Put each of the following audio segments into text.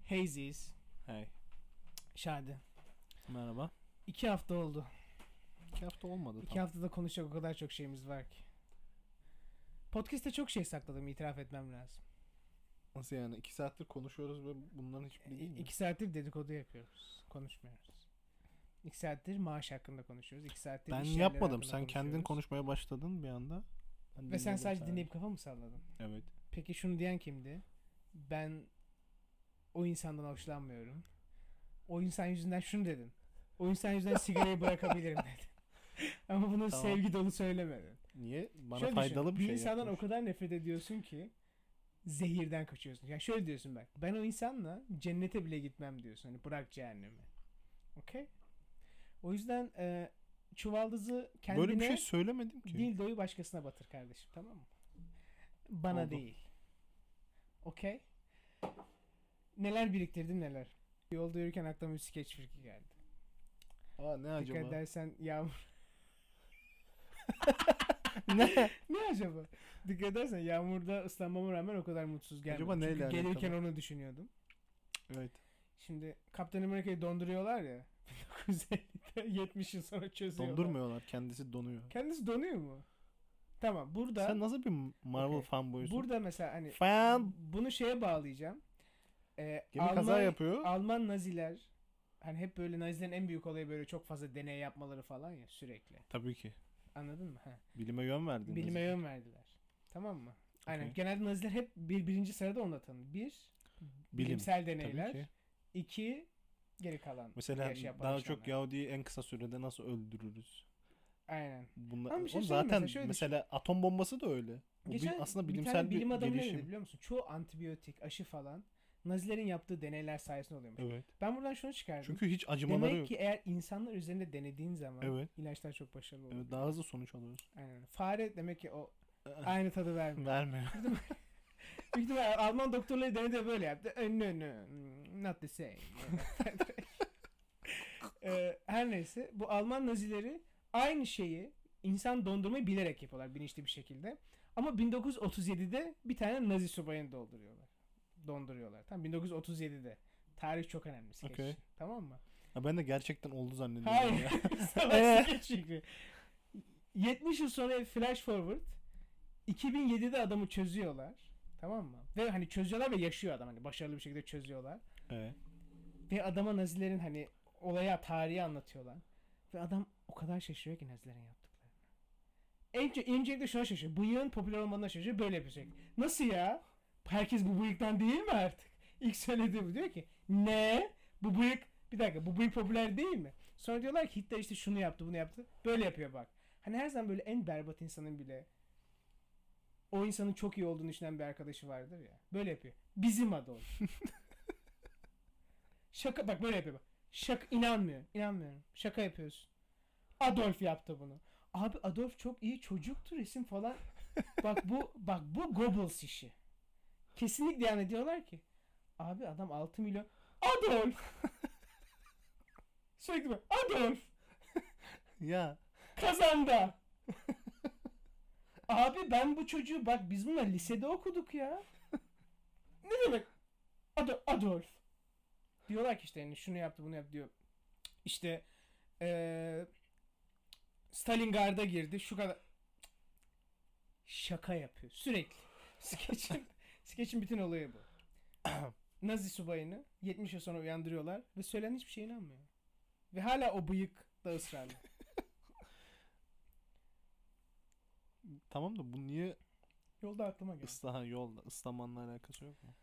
Hazies. Hey. Şadi. Merhaba. 2 hafta oldu. 2 hafta olmadı 2 tam. haftada konuşacak o kadar çok şeyimiz var ki. Podcast'te çok şey sakladım, itiraf etmem lazım. Nasıl yani? 2 saattir konuşuyoruz ve bunların hiçbiri değil mi? 2 saattir dedikodu yapıyoruz. Konuşmuyoruz. 2 saattir maaş hakkında konuşuyoruz. 2 saattir Ben iş yerleri yapmadım. hakkında Sen kendin konuşuyoruz. konuşmaya başladın bir anda. Ben Ve sen dinledim sadece dinleyip kafa mı salladın? Evet. Peki şunu diyen kimdi? Ben o insandan hoşlanmıyorum. O insan yüzünden şunu dedin. O insan yüzünden sigarayı bırakabilirim dedin. Ama bunu Tamam. sevgi dolu söylemedin. Niye? Bana Şöyle faydalı düşün, bir şey insandan yapmış. o kadar nefret ediyorsun ki zehirden kaçıyorsun. Yani şöyle diyorsun bak. Ben o insanla cennete bile gitmem diyorsun. Hani bırak cehennemi. Okey? O yüzden çuvaldızı kendine Böyle bir şey söylemedim ki. dildoyu başkasına batır kardeşim. Tamam mı? Bana Oldu. değil. Okey? Neler biriktirdim neler. Yolda yürürken aklıma bir skeç fikri geldi. Aa ne Dikkat acaba? edersen yağmur... Ne? Ne acaba? Dikkat edersen yağmurda ıslanmama rağmen o kadar mutsuz gelmedim. Acaba neyle Çünkü gelirken alakalı? onu düşünüyordum. Evet. Şimdi Kaptan Amerika'yı donduruyorlar ya. 1950'de 70 yıl sonra çözüyorlar. Dondurmuyorlar. Kendisi donuyor. Kendisi donuyor mu? Tamam burada. Sen nasıl bir Marvel Okey. fanboysun? Burada mesela hani Fan bunu şeye bağlayacağım. gibi kaza yapıyor. Alman Naziler hani hep böyle Nazilerin en büyük olayı böyle çok fazla deney yapmaları falan ya sürekli. Tabii ki. Anladın mı? Ha. Bilime yön verdin. Bilime yön verdiler. Tamam mı? Aynen. Okey. Genelde Naziler hep birinci sırada onunla tanınır. Bir, bilimsel deneyler. Tabii ki. 2, geri kalan. Mesela yaş yapan daha insanlar. çok Yahudi'yi en kısa sürede nasıl öldürürüz? Aynen. Bunlar, Ama bir şey o söyleyeyim zaten mesela, mesela atom bombası da öyle. O aslında bir bilimsel tane bir bilim adamı ne dedi gelişim. biliyor musun? Çoğu antibiyotik, aşı falan Nazilerin yaptığı deneyler sayesinde oluyormuş. Evet. Ben buradan şunu çıkardım. Çünkü hiç acımaları Demek yok. ki eğer insanlar üzerinde denediğin zaman Evet. ilaçlar çok başarılı oluyor. Evet, daha hızlı sonuç alıyoruz. Aynen. Fare demek ki o aynı tadı vermiyor. Vermiyor. Büyük ihtimalle Alman doktorları denedi böyle yaptı. No, not the same. Her neyse bu Alman Nazileri aynı şeyi insan dondurmayı bilerek yapıyorlar bilinçli bir şekilde. Ama 1937'de bir tane Nazi subayını donduruyorlar. Tamam 1937'de. Tarih çok önemli skeç Okay. için. Tamam mı? Ha, ben de gerçekten oldu zannediyorum. Hayır. Ya. Sana skeç fikri. 70 yıl sonra flash forward 2007'de adamı çözüyorlar. Tamam mı? Ve hani çözüyorlar ve yaşıyor adam. Hani başarılı bir şekilde çözüyorlar. Evet. Ve adama Nazilerin hani olaya tarihi anlatıyorlar. Ve adam o kadar şaşırıyor ki Nazilerin yaptıklarını. Öncelikle şuna şaşırıyor. Bıyığın popüler olmadığına şaşırıyor. Böyle yapacak. Nasıl ya? Herkes bu bıyıktan değil mi artık? İlk söylediği bu. Diyor ki ne? Bu bıyık bir dakika bu bıyık popüler değil mi? Sonra diyorlar ki Hitler işte şunu yaptı bunu yaptı. Böyle yapıyor bak. Hani her zaman böyle en berbat insanın bile o insanın çok iyi olduğunu düşünen bir arkadaşı vardır ya. Böyle yapıyor. Bizim Adolf. Şaka bak böyle yapıyor bak. Şaka İnanmıyorum. Şaka yapıyorsun. Adolf yaptı bunu. Abi Adolf çok iyi çocuktu resim falan. bak bu Goebbels işi. Kesinlikle yani diyorlar ki abi adam 6 milyon Adolf. Sürekli böyle Adolf Ya. kazandı. Abi ben bu çocuğu bak biz bununla lisede okuduk ya. Ne demek? Adolf. Diyorlar ki işte yani şunu yaptı bunu yaptı diyor. İşte Stalingrad'a girdi şu kadar. Şaka yapıyor sürekli. Skeçin bütün olayı bu. Nazi subayını 70 yıl sonra uyandırıyorlar ve söylenen hiçbir şeye inanmıyor. Ve hala o bıyık da ısrarlı. Tamam da bu niye Yolda aklıma geldi. yolda ıslamanla alakası yok mu?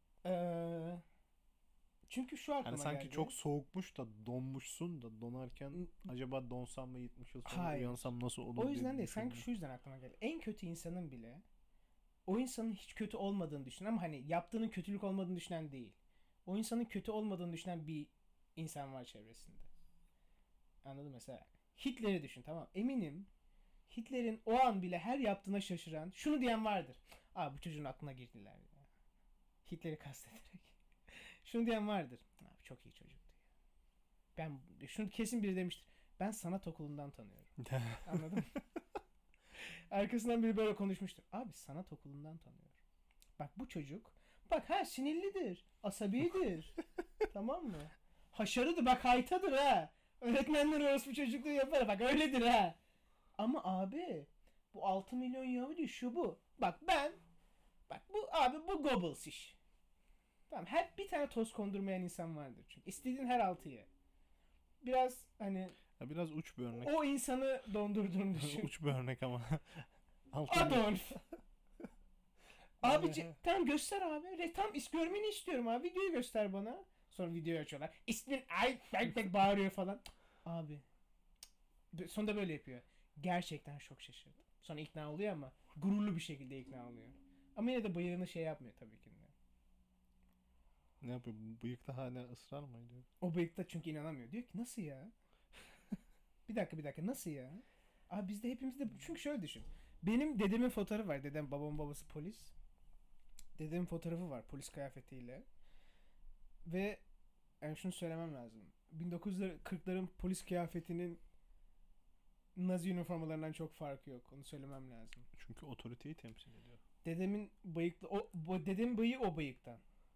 Çünkü şu aklıma Yani sanki geldi. çok soğukmuş da donmuşsun da donarken acaba donsam mı 70 yıl sonra Hayır. uyansam nasıl olur O yüzden diye değil. Sanki düşündüm. şu yüzden aklıma geldi. En kötü insanın bile o insanın hiç kötü olmadığını düşünen ama hani yaptığının kötülük olmadığını düşünen değil. O insanın kötü olmadığını düşünen bir insan var çevresinde. Anladın mı? Mesela Hitler'i düşün tamam. Eminim Hitler'in o an bile her yaptığına şaşıran şunu diyen vardır. Aa bu çocuğun aklına girdiler ya. Hitler'i kastederek. Şunu diyen vardır. Abi çok iyi çocuktu ya. Ben şunu kesin biri demiştir. Ben sanat okulundan tanıyorum. Anladın mı? Arkasından biri böyle konuşmuştur. Abi sanat okulundan tanıyorum. Bak bu çocuk Bak sinirlidir. Asabidir. Tamam mı? Haşarıdır. Bak haytadır ha. Öğretmenler orospu çocukluğu yapar. Bak öyledir ha. Ama abi bu 6 milyon Yahudi şu bu. Bak bu abi bu Goebbels iş. Tamam, hep bir tane toz kondurmayan insan vardır çünkü. İstediğin her altı ye. Biraz hani Ya biraz uç bir örnek. o insanı dondurduğunu düşün. Uç bir örnek ama. Adolf. Abi tamam göster abi. Tam görmeni istiyorum abi. Videoyu göster bana. Sonra videoyu açıyorlar. İsmin ay bağırıyor falan. Abi. Sonunda böyle yapıyor. Gerçekten çok şaşırdım. Sonra ikna oluyor ama gururlu bir şekilde ikna oluyor. Ama yine de bıyığını şey yapmıyor tabii ki. Ne yapıyor? Bıyıkta hala ısrar mı ediyor? O bıyıkta çünkü inanamıyor. Diyor ki nasıl ya? Bir dakika nasıl ya? Abi bizde hepimizde çünkü şöyle düşün. Benim dedemin fotoğrafı var. Dedem babamın babası polis. Dedemin fotoğrafı var polis kıyafetiyle. Ve yani şunu söylemem lazım. 1940'ların polis kıyafetinin Nazi üniformalarından çok farkı yok. Onu söylemem lazım. Çünkü otoriteyi temsil ediyor. Dedemin dedemin bıyığı o bıyıktan.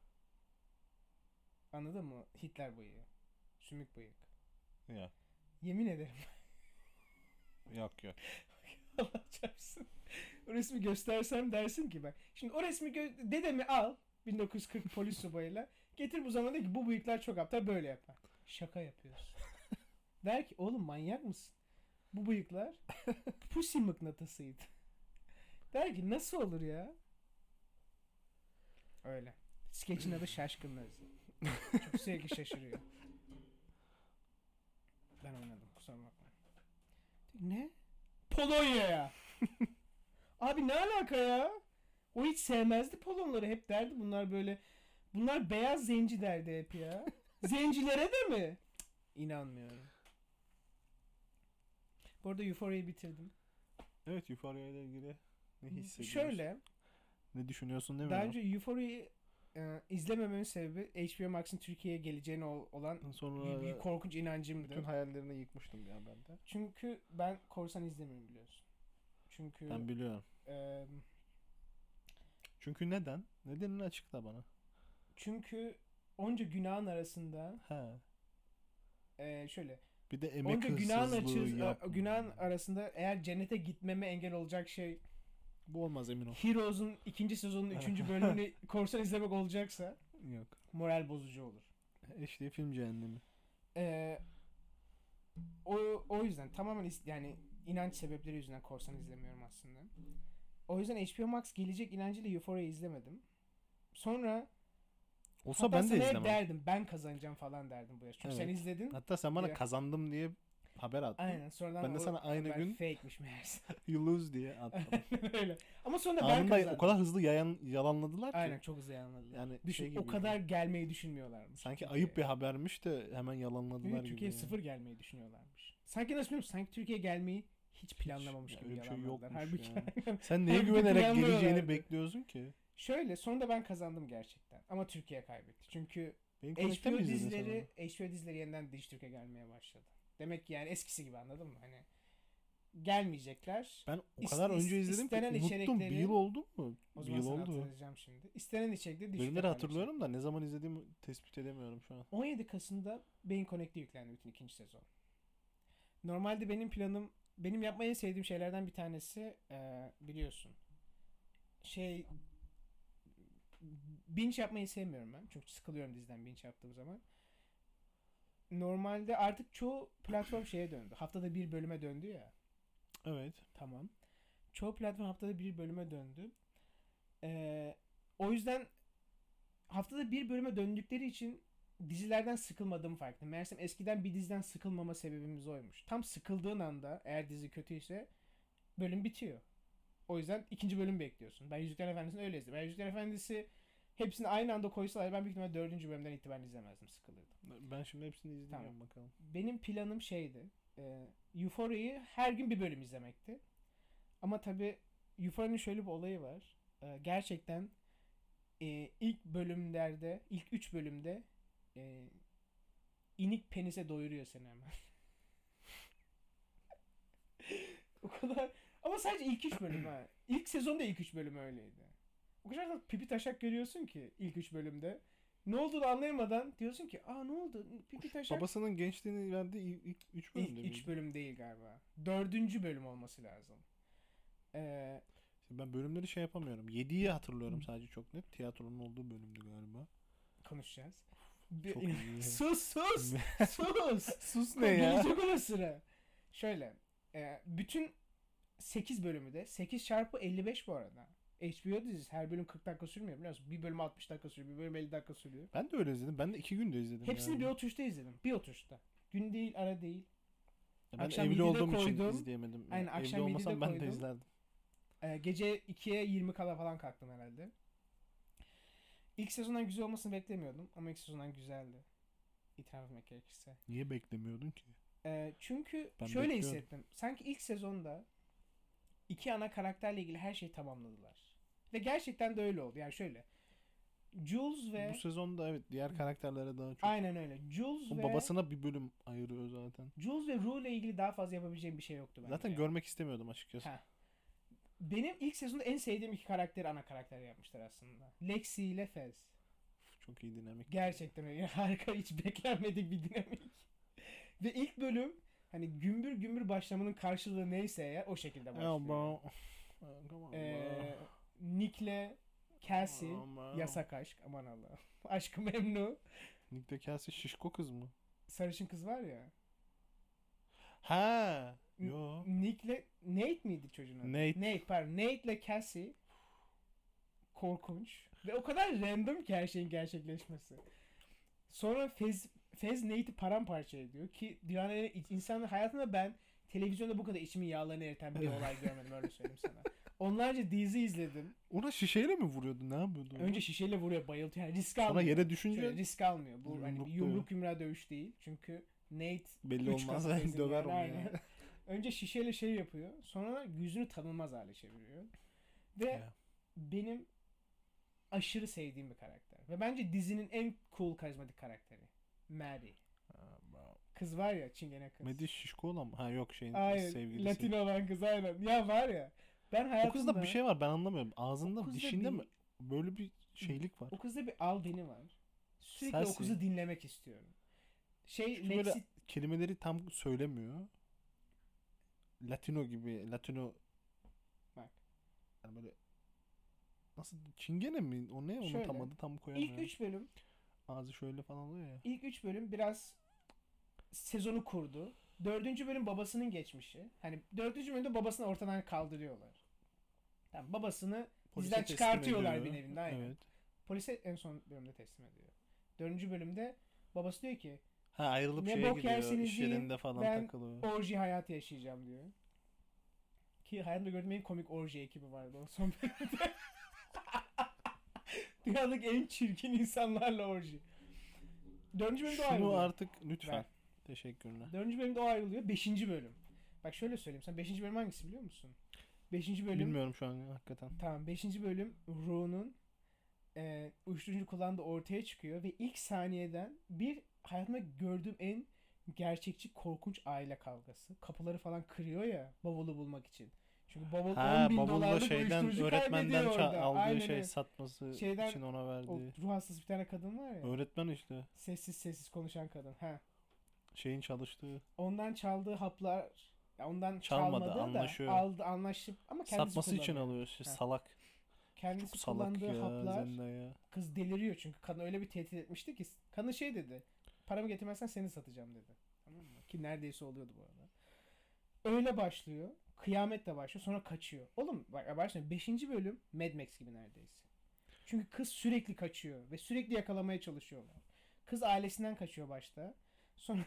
Anladın mı? Hitler bıyığı. Sümük bıyık. Ya. Yemin ederim. Yok. Allah çarpsın. O resmi göstersem dersin ki bak. Şimdi o resmi dedemi al 1940 polis subayıyla getir bu zamanda ki bu bıyıklar çok aptal böyle yapar. Şaka yapıyorsun. Der ki oğlum manyak mısın? Bu bıyıklar pussy mıknatısıydı. Der ki nasıl olur ya? Öyle. Skeçin adı Şaşkın Nazi. Çok sürekli şaşırıyor. Ben oynadım kusura bakma. Ne? Polonya'ya. Abi ne alaka ya? O hiç sevmezdi Polonları. Hep derdi bunlar beyaz zenci derdi hep ya. Zencilere de mi? İnanmıyorum. Bu arada Euphoria'yı bitirdim. Evet, Euphoria ile ilgili ne hissediyorsun? Şöyle. Ne düşünüyorsun değil mi? Daha önce Euphoria'yı izlemememin sebebi HBO Max'ın Türkiye'ye geleceğine olan sonra bir korkunç inancımdı. bütün hayallerini yıkmıştım ya ben de. Çünkü ben korsan izlemiyorum biliyorsun. Çünkü Ben biliyorum. Çünkü neden? Nedenini açıkla bana. Çünkü onca günahın arasında şöyle bir de emek onca hırsızlığı günahın arasında eğer cennete gitmeme engel olacak şey bu olmaz emin ol. Heroes'un 2. sezonun 3. bölümünü korsan izlemek olacaksa yok. Moral bozucu olur. İşte film cehennemi. O yüzden tamamen yani inanç sebepleri yüzünden korsan izlemiyorum aslında. O yüzden HBO Max gelecek inancıyla Euphoria'yı izlemedim. Sonra olsa ben de izlemem. derdim ben kazanacağım falan derdim bu yaş. Çünkü sen izledin. Hatta sen bana kazandım diye haber attın. Aynen. Sonradan ben de sana aynı gün fake'miş meğerse. you lose diye attım. Öyle. Ama sonra ben kazandım. O kadar hızlı yalanladılar ki. Aynen çok hızlı yalanladılar. Yani düşün o kadar gelmeyi düşünmüyorlarmış. Sanki Türkiye. Ayıp bir habermiş de hemen yalanladılar gibi. Türkiye'ye 0 gelmeyi düşünüyorlarmış. Sanki nasıl bilmiyorum, sanki Türkiye'ye gelmeyi hiç planlamamış gibi yalanladılar. Halbuki yani. Sen neye güvenerek geleceğini bekliyorsun ki? Şöyle sonunda ben kazandım gerçekten. Ama Türkiye kaybetti. Çünkü HBO dizileri yeniden Dijitürk'e gelmeye başladı. Demek ki yani eskisi gibi, anladın mı? Hani gelmeyecekler. Ben o kadar önce izledim ki unuttum. Bir yıl oldu mu? O zaman sana hatırlayacağım şimdi. İstenen içerikleri Dijitürk'e bölümleri hatırlıyorum da ne zaman izlediğimi tespit edemiyorum şu an. 17 Kasım'da Beyin Connect'e yüklendi bütün 2. sezon. Normalde benim yapmayı en sevdiğim şeylerden bir tanesi biliyorsun. Binge yapmayı sevmiyorum ben. Çünkü sıkılıyorum diziden binge yaptığım zaman. Normalde artık çoğu platform şeye döndü. Haftada bir bölüme döndü ya. Evet. Tamam. Çoğu platform haftada bir bölüme döndü. O yüzden haftada bir bölüme döndükleri için dizilerden sıkılmadığımı fark ettim. Meğersem eskiden bir diziden sıkılmama sebebimiz oymuş. Tam sıkıldığın anda eğer dizi kötüyse bölüm bitiyor. O yüzden 2. bölüm bekliyorsun. Ben Yüzüklerin Efendisi'ni öyle izledim. Ben Yüzüklerin Efendisi hepsini aynı anda koysalar ben büyük ihtimalle 4. bölümden itibaren izlemezdim. Sıkılırdım. Ben şimdi hepsini izleyeceğim bakalım. Benim planım şeydi. Euphoria'yı her gün bir bölüm izlemekti. Ama tabii Euphoria'nın şöyle bir olayı var. Gerçekten ilk bölümlerde, ilk 3 bölümde inik penise doyuruyor seni hemen. O kadar. Ama sadece ilk 3 bölüm ha. İlk sezonda ilk 3 bölüm öyleydi. O kadar da pipi taşak görüyorsun ki ilk 3 bölümde. Ne olduğunu anlayamadan diyorsun ki ne oldu? Pipi taşak. Babasının gençliğini verdiği ilk 3 bölümde İlk 3 bölüm değil galiba. 4. bölüm olması lazım. Ee, Ben bölümleri şey yapamıyorum. 7'yi hatırlıyorum sadece çok net. Tiyatronun olduğu bölümdü galiba. konuşacağız. Çok iyi. sus. Sus ne ya? Gelecek ona sıra. Şöyle. Bütün 8 bölümü de 8 çarpı 55 bu arada. HBO dizisi her bölüm 40 dakika sürmüyor biliyor musun? Bir bölüm 60 dakika sürüyor, bir bölüm 50 dakika sürüyor. Ben de öyle izledim. Ben de 2 günde izledim. Hepsini yani. bir oturuşta izledim. Bir oturuşta. Gün değil, ara değil. Ben akşam evli 7'de olduğum için koydum. izleyemedim. Aynen, Evli akşam 7'de olmasam ben de koydum. izlerdim. Gece 2'ye 20 kala falan kalktım herhalde. İlk sezondan güzel olmasını beklemiyordum ama ilk sezondan güzeldi. İtiraf etmek gerekirse. Niye beklemiyordun ki? Çünkü Ben şöyle bekliyordum. hissettim. Sanki ilk sezonda iki ana karakterle ilgili her şeyi tamamladılar. Ve gerçekten de öyle oldu. Yani şöyle. Jules ve... Bu sezonda evet diğer karakterlere daha çok. Aynen öyle. Jules O ve... babasına bir bölüm ayırıyor zaten. Jules ve Rue ile ilgili daha fazla yapabileceğim bir şey yoktu bence. Zaten görmek istemiyordum açıkçası. Ha. Benim ilk sezonda en sevdiğim iki karakteri ana karakter yapmışlar aslında. Lexi ile Fez. Çok iyi dinamik. Gerçekten öyle. Harika, hiç beklenmedik bir dinamik. Ve ilk bölüm hani gümbür gümbür başlamanın karşılığı neyse eğer o şekilde başlıyor. Nick'le Cassie yasak aşk. Aman Allah. Aşkı Memnu. Nick'le Kelsey şişko kız mı? Sarışın kız var ya. Ha, yo. Nick'le Nate miydi çocuğun adı? Nate. Pardon. Nate'le Cassie korkunç. Ve o kadar random ki her şeyin gerçekleşmesi. Sonra Fez Nate'i paramparça ediyor ki dünyanın insanın hayatında ben televizyonda bu kadar içimin yağlarını eriten bir olay görmedim, öyle söyleyeyim sana. Onlarca dizi izledim. Ona şişeyle mi vuruyordu? Ne yapıyordu? Önce şişeyle vuruyor, bayıltıyor. Yani risk sonra almıyor. yere düşünce Şöyle, risk almıyor. Bu hani bir yumrukluyor. yumruk yumruğa dövüş değil. Çünkü Nate belli 3 olmaz. katı Fez'in Döver yani, onu aynen. yani. Önce şişeyle şey yapıyor. Sonra yüzünü tanınmaz hale çeviriyor. Ve Ya. benim aşırı sevdiğim bir karakter. Ve bence dizinin en cool karizmatik karakteri. Maddie. Kız var ya, Çingene kız. Maddie şişko olan mı? Ha yok şeyin Aynen. sevgilisi. Latino olan kız aynen. Ya var ya. Ben hayatımda... O kızda bir şey var, ben anlamıyorum. Ağzında mı, kızda dişinde bir- mi? Böyle bir şeylik var. O kızda bir albeni var. Sürekli Sensin. o kızı dinlemek istiyorum. Çünkü böyle kelimeleri tam söylemiyor. Latino gibi. Latino. Bak. Yani böyle nasıl, Çingene mi? O ne? Onun Şöyle, tam adı tam koyamıyor. İlk 3 bölüm Ağzı şöyle falan oluyor ya. İlk 3 bölüm biraz sezonu kurdu. 4. bölüm babasının geçmişi. Hani 4. bölümde babasını ortadan kaldırıyorlar. Yani babasını Polise diziden teslim çıkartıyorlar ediyor. bir nevinde. Aynen. Evet. Polise en son bölümde teslim ediyor. 4. bölümde babası diyor ki Ha, ayrılıp ne şeye bok gidiyor. yerseniz İş yiyin, yerinde falan ben takılıyor. orji hayatı yaşayacağım diyor. Ki hayatımda gördüğüm en komik orji ekibi vardı o son bölümde. Dünyadaki en çirkin insanlarla orji. 4. bölümde o Şunu ayrılıyor. artık lütfen. Ver. Teşekkürler. 4. bölümde o ayrılıyor. 5. bölüm. Bak şöyle söyleyeyim. Sen 5. bölüm hangisi biliyor musun? 5. bölüm. Bilmiyorum şu an ya, hakikaten. Tamam. 5. bölüm Ru'nun uyuşturucu kullandığı ortaya çıkıyor ve ilk saniyeden bir hayatımda gördüğüm en gerçekçi korkunç aile kavgası. Kapıları falan kırıyor ya bavulu bulmak için. Çünkü bavul Ha, 10.000 bavulda dolarlık şeyden uyuşturucu öğretmenden kaybediyor orada. aldığı Aynen şey öyle. satması Şeyden- için ona O verdiği. ruh hastası bir tane kadın var ya. Öğretmen işte. Sessiz konuşan kadın. Ha. Şeyin çalıştığı. Ondan çaldığı haplar, ya ondan Çalmadı, çalmadı anlaşıyor. da aldı, anlaşıp ama kendisi Satması için kullanıyor. alıyor. Şey, Ha. salak. Kendisi Çok salak kullandığı ya haplar, Zendaya. kız deliriyor çünkü kadın öyle bir tehdit etmişti ki kadın şey dedi, paramı getirmezsen seni satacağım dedi, tamam mı? Ki neredeyse oluyordu bu arada. Öyle başlıyor, kıyametle başlıyor, sonra kaçıyor. Oğlum bak başlayın, 5. bölüm Mad Max gibi neredeyse. Çünkü kız sürekli kaçıyor ve sürekli yakalamaya çalışıyorlar. Kız ailesinden kaçıyor başta, sonra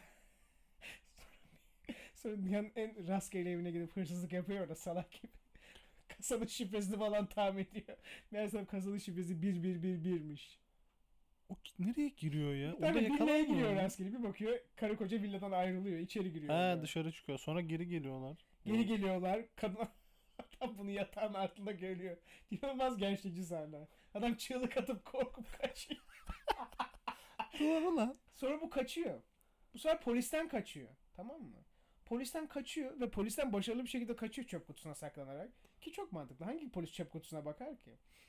sonra dünyanın en rastgele evine gidip hırsızlık yapıyor orada salak gibi. Kasanın şifresini falan tahmin ediyor. Meğersem kasanın şifresi 1111'miş. O nereye giriyor ya? Bir tane Orada villaya yakalanmıyor giriyor mu? rastgele, bir bakıyor karı koca villadan ayrılıyor, içeri giriyor. Ha, Yani. dışarı çıkıyor. Sonra geri geliyorlar. Geri geliyorlar, kadın adam bunu yatağın altında görüyor. İnanılmaz gerçekçi sahne. Adam çığlık atıp korkup kaçıyor. Doğru lan. Sonra bu kaçıyor. Bu sefer polisten kaçıyor. Tamam mı? Polisten kaçıyor ve polisten başarılı bir şekilde kaçıyor çöp kutusuna saklanarak. Ki çok mantıklı. Hangi polis çöp kutusuna bakar ki?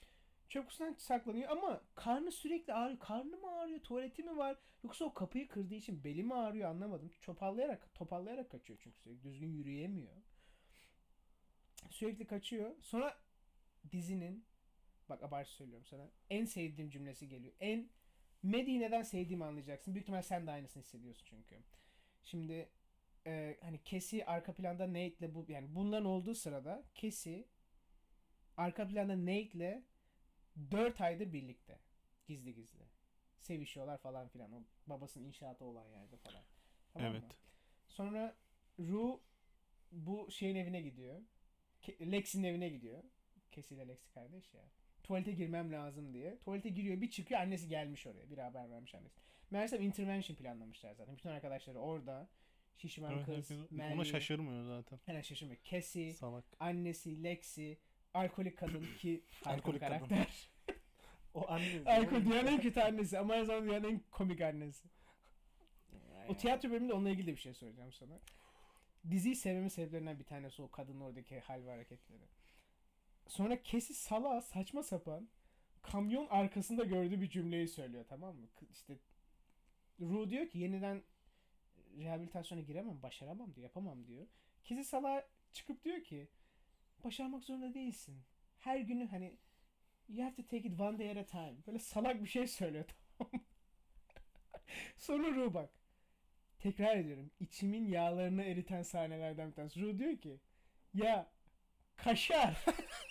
Çöp kutusundan saklanıyor ama karnı sürekli ağrıyor. Karnı mı ağrıyor? Tuvaleti mi var? Yoksa o kapıyı kırdığı için beli mi ağrıyor anlamadım. Topallayarak kaçıyor çünkü sürekli. Düzgün yürüyemiyor. Sürekli kaçıyor. Sonra dizinin, bak abartı söylüyorum sana, en sevdiğim cümlesi geliyor. Maddie'yi neden sevdiğimi anlayacaksın. Büyük ihtimal sen de aynısını hissediyorsun çünkü. Şimdi hani Cassie arka planda Nate'le yani bunların olduğu sırada Cassie arka planda Nate'le 4 aydır birlikte. Gizli gizli. Sevişiyorlar falan filan. O babasının inşaatı olan yerde falan. Tamam Evet. mı? Sonra Rue bu şeyin evine gidiyor. Lexi'nin evine gidiyor. Cassie ile Lexi kardeş ya. Tuvalete girmem lazım diye. Tuvalete giriyor, bir çıkıyor, annesi gelmiş oraya. Bir haber vermiş annesi. Meğersem intervention planlamışlar zaten. Bütün arkadaşları orada. Şişman Evet, kız, herkes ona Melly. şaşırmıyor zaten. Hemen şaşırmıyor. Cassie, Salak. annesi, Lexi, alkolik kadın ki harika bir Alkolik kadın. karakter. O anne. Alkol dünyanın en kötü annesi ama aynı zamanda dünyanın en komik annesi. O tiyatro bölümünde onunla ilgili de bir şey söyleyeceğim sana. Diziyi sevmemin sebeplerinden bir tanesi o kadının oradaki hal ve hareketleri. Sonra Cassie salağa saçma sapan kamyon arkasında gördüğü bir cümleyi söylüyor, tamam mı? İşte Rue diyor ki yeniden rehabilitasyona giremem, başaramam diyor, yapamam diyor. Cassie salağa çıkıp diyor ki başarmak zorunda değilsin. Her günü hani you have to take it one day at a time. Böyle salak bir şey söylüyor, tamam mı? Sonra Rue bak. Tekrar ediyorum. İçimin yağlarını eriten sahnelerden bir tanesi. Rue diyor ki ya kaşar.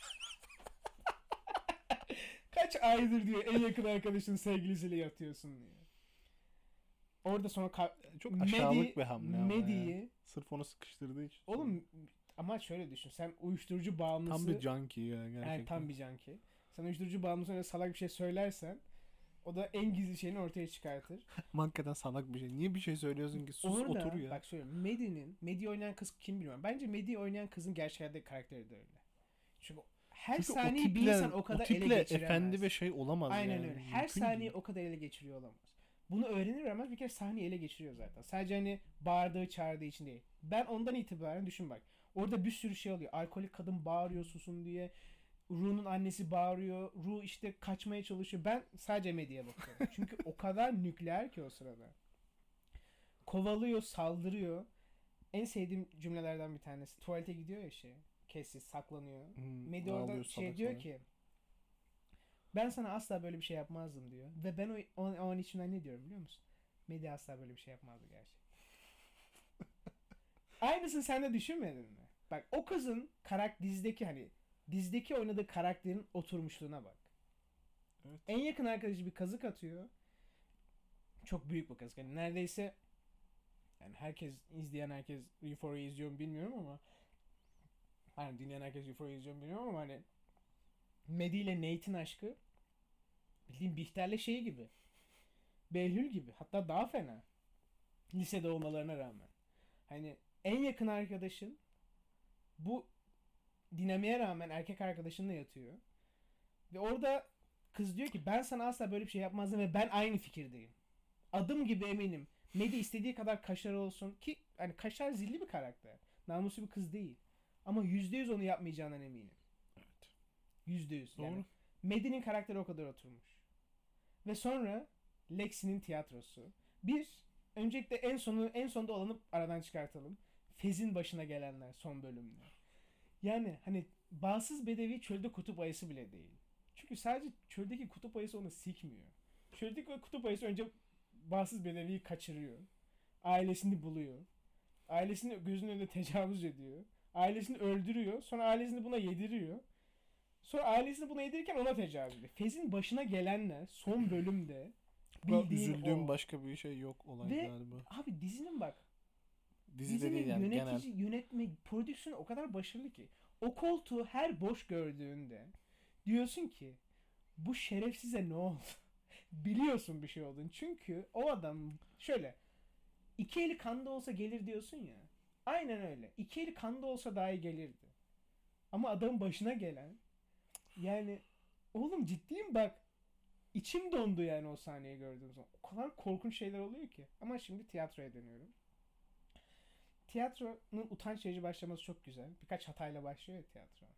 Kaç aydır diyor en yakın arkadaşın sevgilisiyle yatıyorsun diyor. Orada sonra Çok aşağılık bir hamle ama ya. Maddie'yi Sırf onu sıkıştırdığı için. oğlum ama şöyle düşün. Sen uyuşturucu bağımlısı. Tam bir junkie ya gerçekten. Yani tam bir junkie. Sen uyuşturucu bağımlısı öyle salak bir şey söylersen o da en gizli şeyini ortaya çıkartır. Hakikaten salak bir şey. Niye bir şey söylüyorsun ki? Sus Orada, otur ya. bak söylüyorum. Maddie oynayan kız kim bilmiyorum. Bence Maddie oynayan kızın gerçek hayattaki karakteri de öyle. Çünkü her Çünkü saniye bir insan o kadar ele tiple geçiremez. efendi ve şey olamaz Aynen yani. öyle. Her Mümkün saniye değil. o kadar ele geçiriyor olamaz. Bunu öğrenir öğrenmez bir kere sahneyi ele geçiriyor zaten. Sadece hani bağırdığı çağırdığı için değil. Ben ondan itibaren düşün bak. Orada bir sürü şey oluyor. Alkolik kadın bağırıyor susun diye. Ru'nun annesi bağırıyor. Ru işte kaçmaya çalışıyor. Ben sadece medyaya bakıyorum. Çünkü o kadar nükleer ki o sırada. Kovalıyor, saldırıyor. En sevdiğim cümlelerden bir tanesi. Tuvalete gidiyor ya şey. Cassie saklanıyor. Maddie orada Ağlıyor şey salak diyor salak. ki ben sana asla böyle bir şey yapmazdım diyor. Ve ben o an içimden ne diyorum biliyor musun? Maddie asla böyle bir şey yapmazdı gerçekten. Aynısını sen de düşünmedin mi? Bak o kızın dizdeki oynadığı karakterin oturmuşluğuna bak. Evet. En yakın arkadaşı bir kazık atıyor. Çok büyük bir kazık. Yani neredeyse yani izleyen herkes Euphoria izliyor mu bilmiyorum ama hani dinleyen herkes Euphoria izliyor mu bilmiyorum ama hani Maddie ile Nate'in aşkı bildiğin Bihter'le şeyi gibi. Behlül gibi. Hatta daha fena. Lisede olmalarına rağmen. Hani en yakın arkadaşın bu dinamiğe rağmen erkek arkadaşınla yatıyor. Ve orada kız diyor ki ben sana asla böyle bir şey yapmazdım ve ben aynı fikirdeyim. Adım gibi eminim. Maddie istediği kadar kaşar olsun ki hani kaşar zilli bir karakter. Namuslu bir kız değil. Ama %100 onu yapmayacağından eminim. Evet. %100. Doğru. Yani Maddie'nin karakteri o kadar oturmuş. Ve sonra Lexi'nin tiyatrosu. Öncelikle en sonda olanı aradan çıkartalım. Fez'in başına gelenler son bölümde. Yani hani bağımsız bedevi çölde kutup ayısı bile değil. Çünkü sadece çöldeki kutup ayısı onu sikmiyor. Çöldeki kutup ayısı önce bağımsız bedeviyi kaçırıyor. Ailesini buluyor. Ailesini gözünün önünde tecavüz ediyor. Ailesini öldürüyor. Sonra ailesini buna yediriyor. Sonra ailesini buna yedirirken ona tecavüz ediyor. Fez'in başına gelenler son bölümde bildiğin Üzüldüğüm o. başka bir şey yok olay Ve galiba. abi dizinin bak. Dizide değil yani yönetici, genel. yönetme, prodüksiyonu o kadar başarılı ki. O koltuğu her boş gördüğünde diyorsun ki bu şerefsize ne oldu? Biliyorsun bir şey olduğunu. Çünkü o adam şöyle iki eli kanda olsa gelir diyorsun ya. Aynen öyle. İki eli kanda olsa daha iyi gelirdi. Ama adamın başına gelen yani oğlum ciddiyim bak içim dondu yani o sahneyi gördüğüm zaman. O kadar korkunç şeyler oluyor ki. Ama şimdi tiyatroya dönüyorum. Tiyatronun utanç verici başlaması çok güzel. Birkaç hatayla başlıyor ya tiyatro.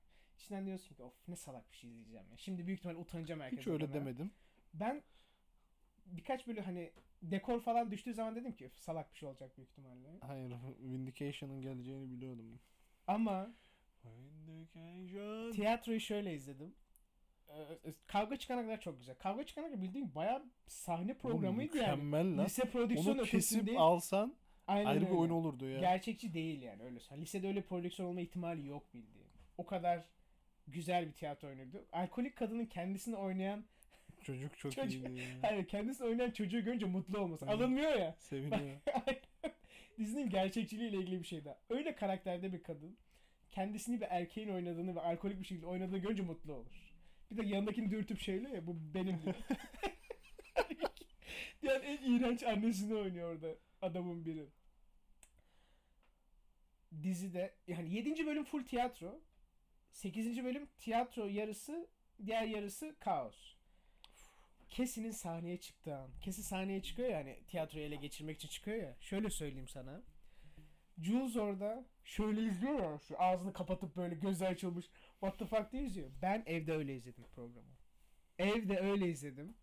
İçinden diyorsun ki of ne salak bir şey izleyeceğim ya. Şimdi büyük ihtimal utanacağım herkese. Hiç öyle bana. demedim. Ben birkaç böyle hani dekor falan düştüğü zaman dedim ki salak bir şey olacak büyük ihtimalle. Hayır, Vindication'ın geleceğini biliyordum. Ama Vindication. tiyatroyu şöyle izledim. Kavga çıkana kadar çok güzel. Kavga çıkana kadar bildiğin bayağı sahne programıydı yani. Mükemmel lan. Lise prodüksiyon Onu kesip değil. alsan Aynen ayrı bir öyle. oyun olurdu ya. Gerçekçi değil yani öyle. Lisede öyle prodüksiyon olma ihtimali yok bildiğin. O kadar güzel bir tiyatro oyunuydu. Alkolik kadının kendisini oynayan Çocuk çok Çocuk- iyiydi ya. hayır kendisini oynayan çocuğu görünce mutlu olması. Hı. Alınmıyor ya. Seviniyor. Dizinin gerçekçiliğiyle ilgili bir şey daha. Öyle karakterde bir kadın kendisini bir erkeğin oynadığını ve alkolik bir şekilde oynadığını görünce mutlu olur. Bir de yanındakini dürtüp şeyle ya bu benim diyor. Yani en iğrenç annesini oynuyor orada adamın biri. Dizide yani 7. bölüm full tiyatro. 8. bölüm tiyatro yarısı, diğer yarısı kaos. Kesi'nin sahneye çıktığı an. Kesi sahneye çıkıyor ya hani tiyatroyu ele geçirmek için çıkıyor ya. Şöyle söyleyeyim sana. Jules orada şöyle izliyor ya. Şu ağzını kapatıp böyle gözler açılmış. What the fuck diye izliyor. Ben evde öyle izledim programı. Evde öyle izledim.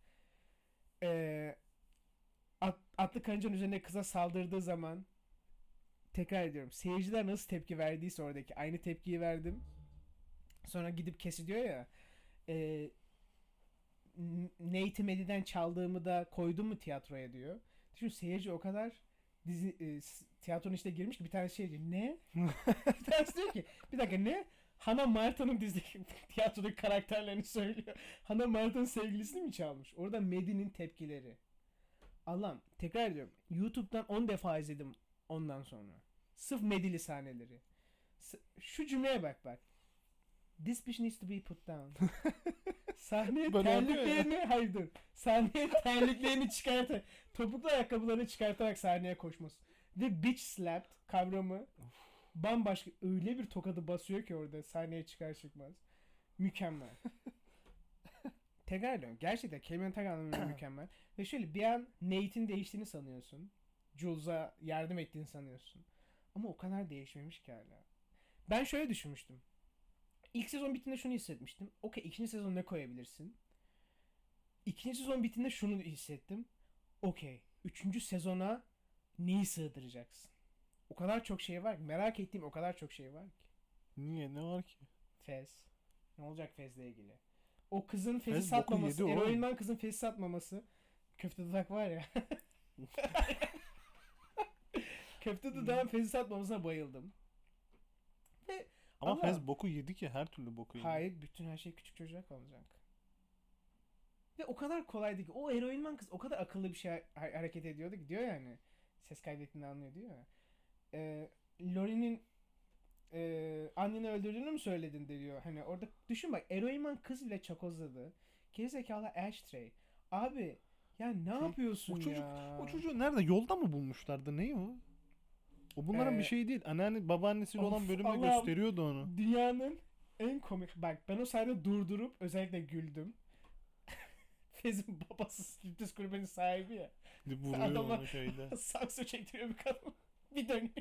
Atlı karıncanın üzerine kıza saldırdığı zaman tekrar ediyorum. Seyirciler nasıl tepki verdiyse oradaki aynı tepkiyi verdim. Sonra gidip Kesi diyor ya Nate'i Medi'den çaldığımı da koydum mu tiyatroya diyor. Düşün seyirci o kadar tiyatronun içine girmiş ki bir tane şey diyor. Ne? Bir tanesi diyor ki bir dakika ne? Hannah Marta'nın dizideki tiyatrodaki karakterlerini söylüyor. Hannah Marta'nın sevgilisini mi çalmış? Orada Medi'nin tepkileri. Allah'ım tekrar ediyorum. YouTube'dan 10 defa izledim ondan sonra. Sırf Medi'li sahneleri. Şu cümleye bak. This bitch needs to be put down. Sahneye terliklerini hayır dur. Sahneye terliklerini çıkartarak topuklu ayakkabılarını çıkartarak sahneye koşması. Ve bitch slapped kavramı bambaşka öyle bir tokadı basıyor ki orada sahneye çıkar çıkmaz. Mükemmel. Tekrar ediyorum. Gerçekten kelimenin tek anlamıyla mükemmel. Ve şöyle bir an Nate'in değiştiğini sanıyorsun. Jules'a yardım ettiğini sanıyorsun. Ama o kadar değişmemiş ki hala. Ben şöyle düşünmüştüm. İlk sezon bittiğinde şunu hissetmiştim. Okey ikinci sezon ne koyabilirsin? İkinci sezon bittiğinde şunu hissettim. Okey. Üçüncü sezona neyi sığdıracaksın? O kadar çok şey var ki. Merak ettiğim o kadar çok şey var ki. Niye? Ne var ki? Fez. Ne olacak Fez'le ilgili? O kızın Fez'i satmaması. Eroin'den kızın Fez'i satmaması. Köfte dudak var ya. Köfte dudağın Fez'i satmamasına bayıldım. Ama Fez boku yedi ki her türlü boku yedi. Hayır bütün her şey küçük çocuğa kalacak. Ve o kadar kolaydı ki o eroinman kız o kadar akıllı bir şey hareket ediyordu ki diyor yani ses kaydettiğini anlıyor diyor ya. Lori'nin anneni öldürdüğünü mü söyledin diyor. Hani orada düşün bak eroinman kız bile çakozladı. Gerizekalı ashtray. Abi ya ne yapıyorsun o çocuk, ya? O çocuğu nerede? Yolda mı bulmuşlardı? Ne o? O bunların bir şey değil. Anneanne babaannesiyle olan bölümde gösteriyordu onu. Dünyanın en komik. Bak ben o sahnede durdurup özellikle güldüm. Fez'in babası striptiz kulübünün sahibi ya. Vuruyor onu şeyde. Sakso çektiriyor bir kadın. Bir dönüyor.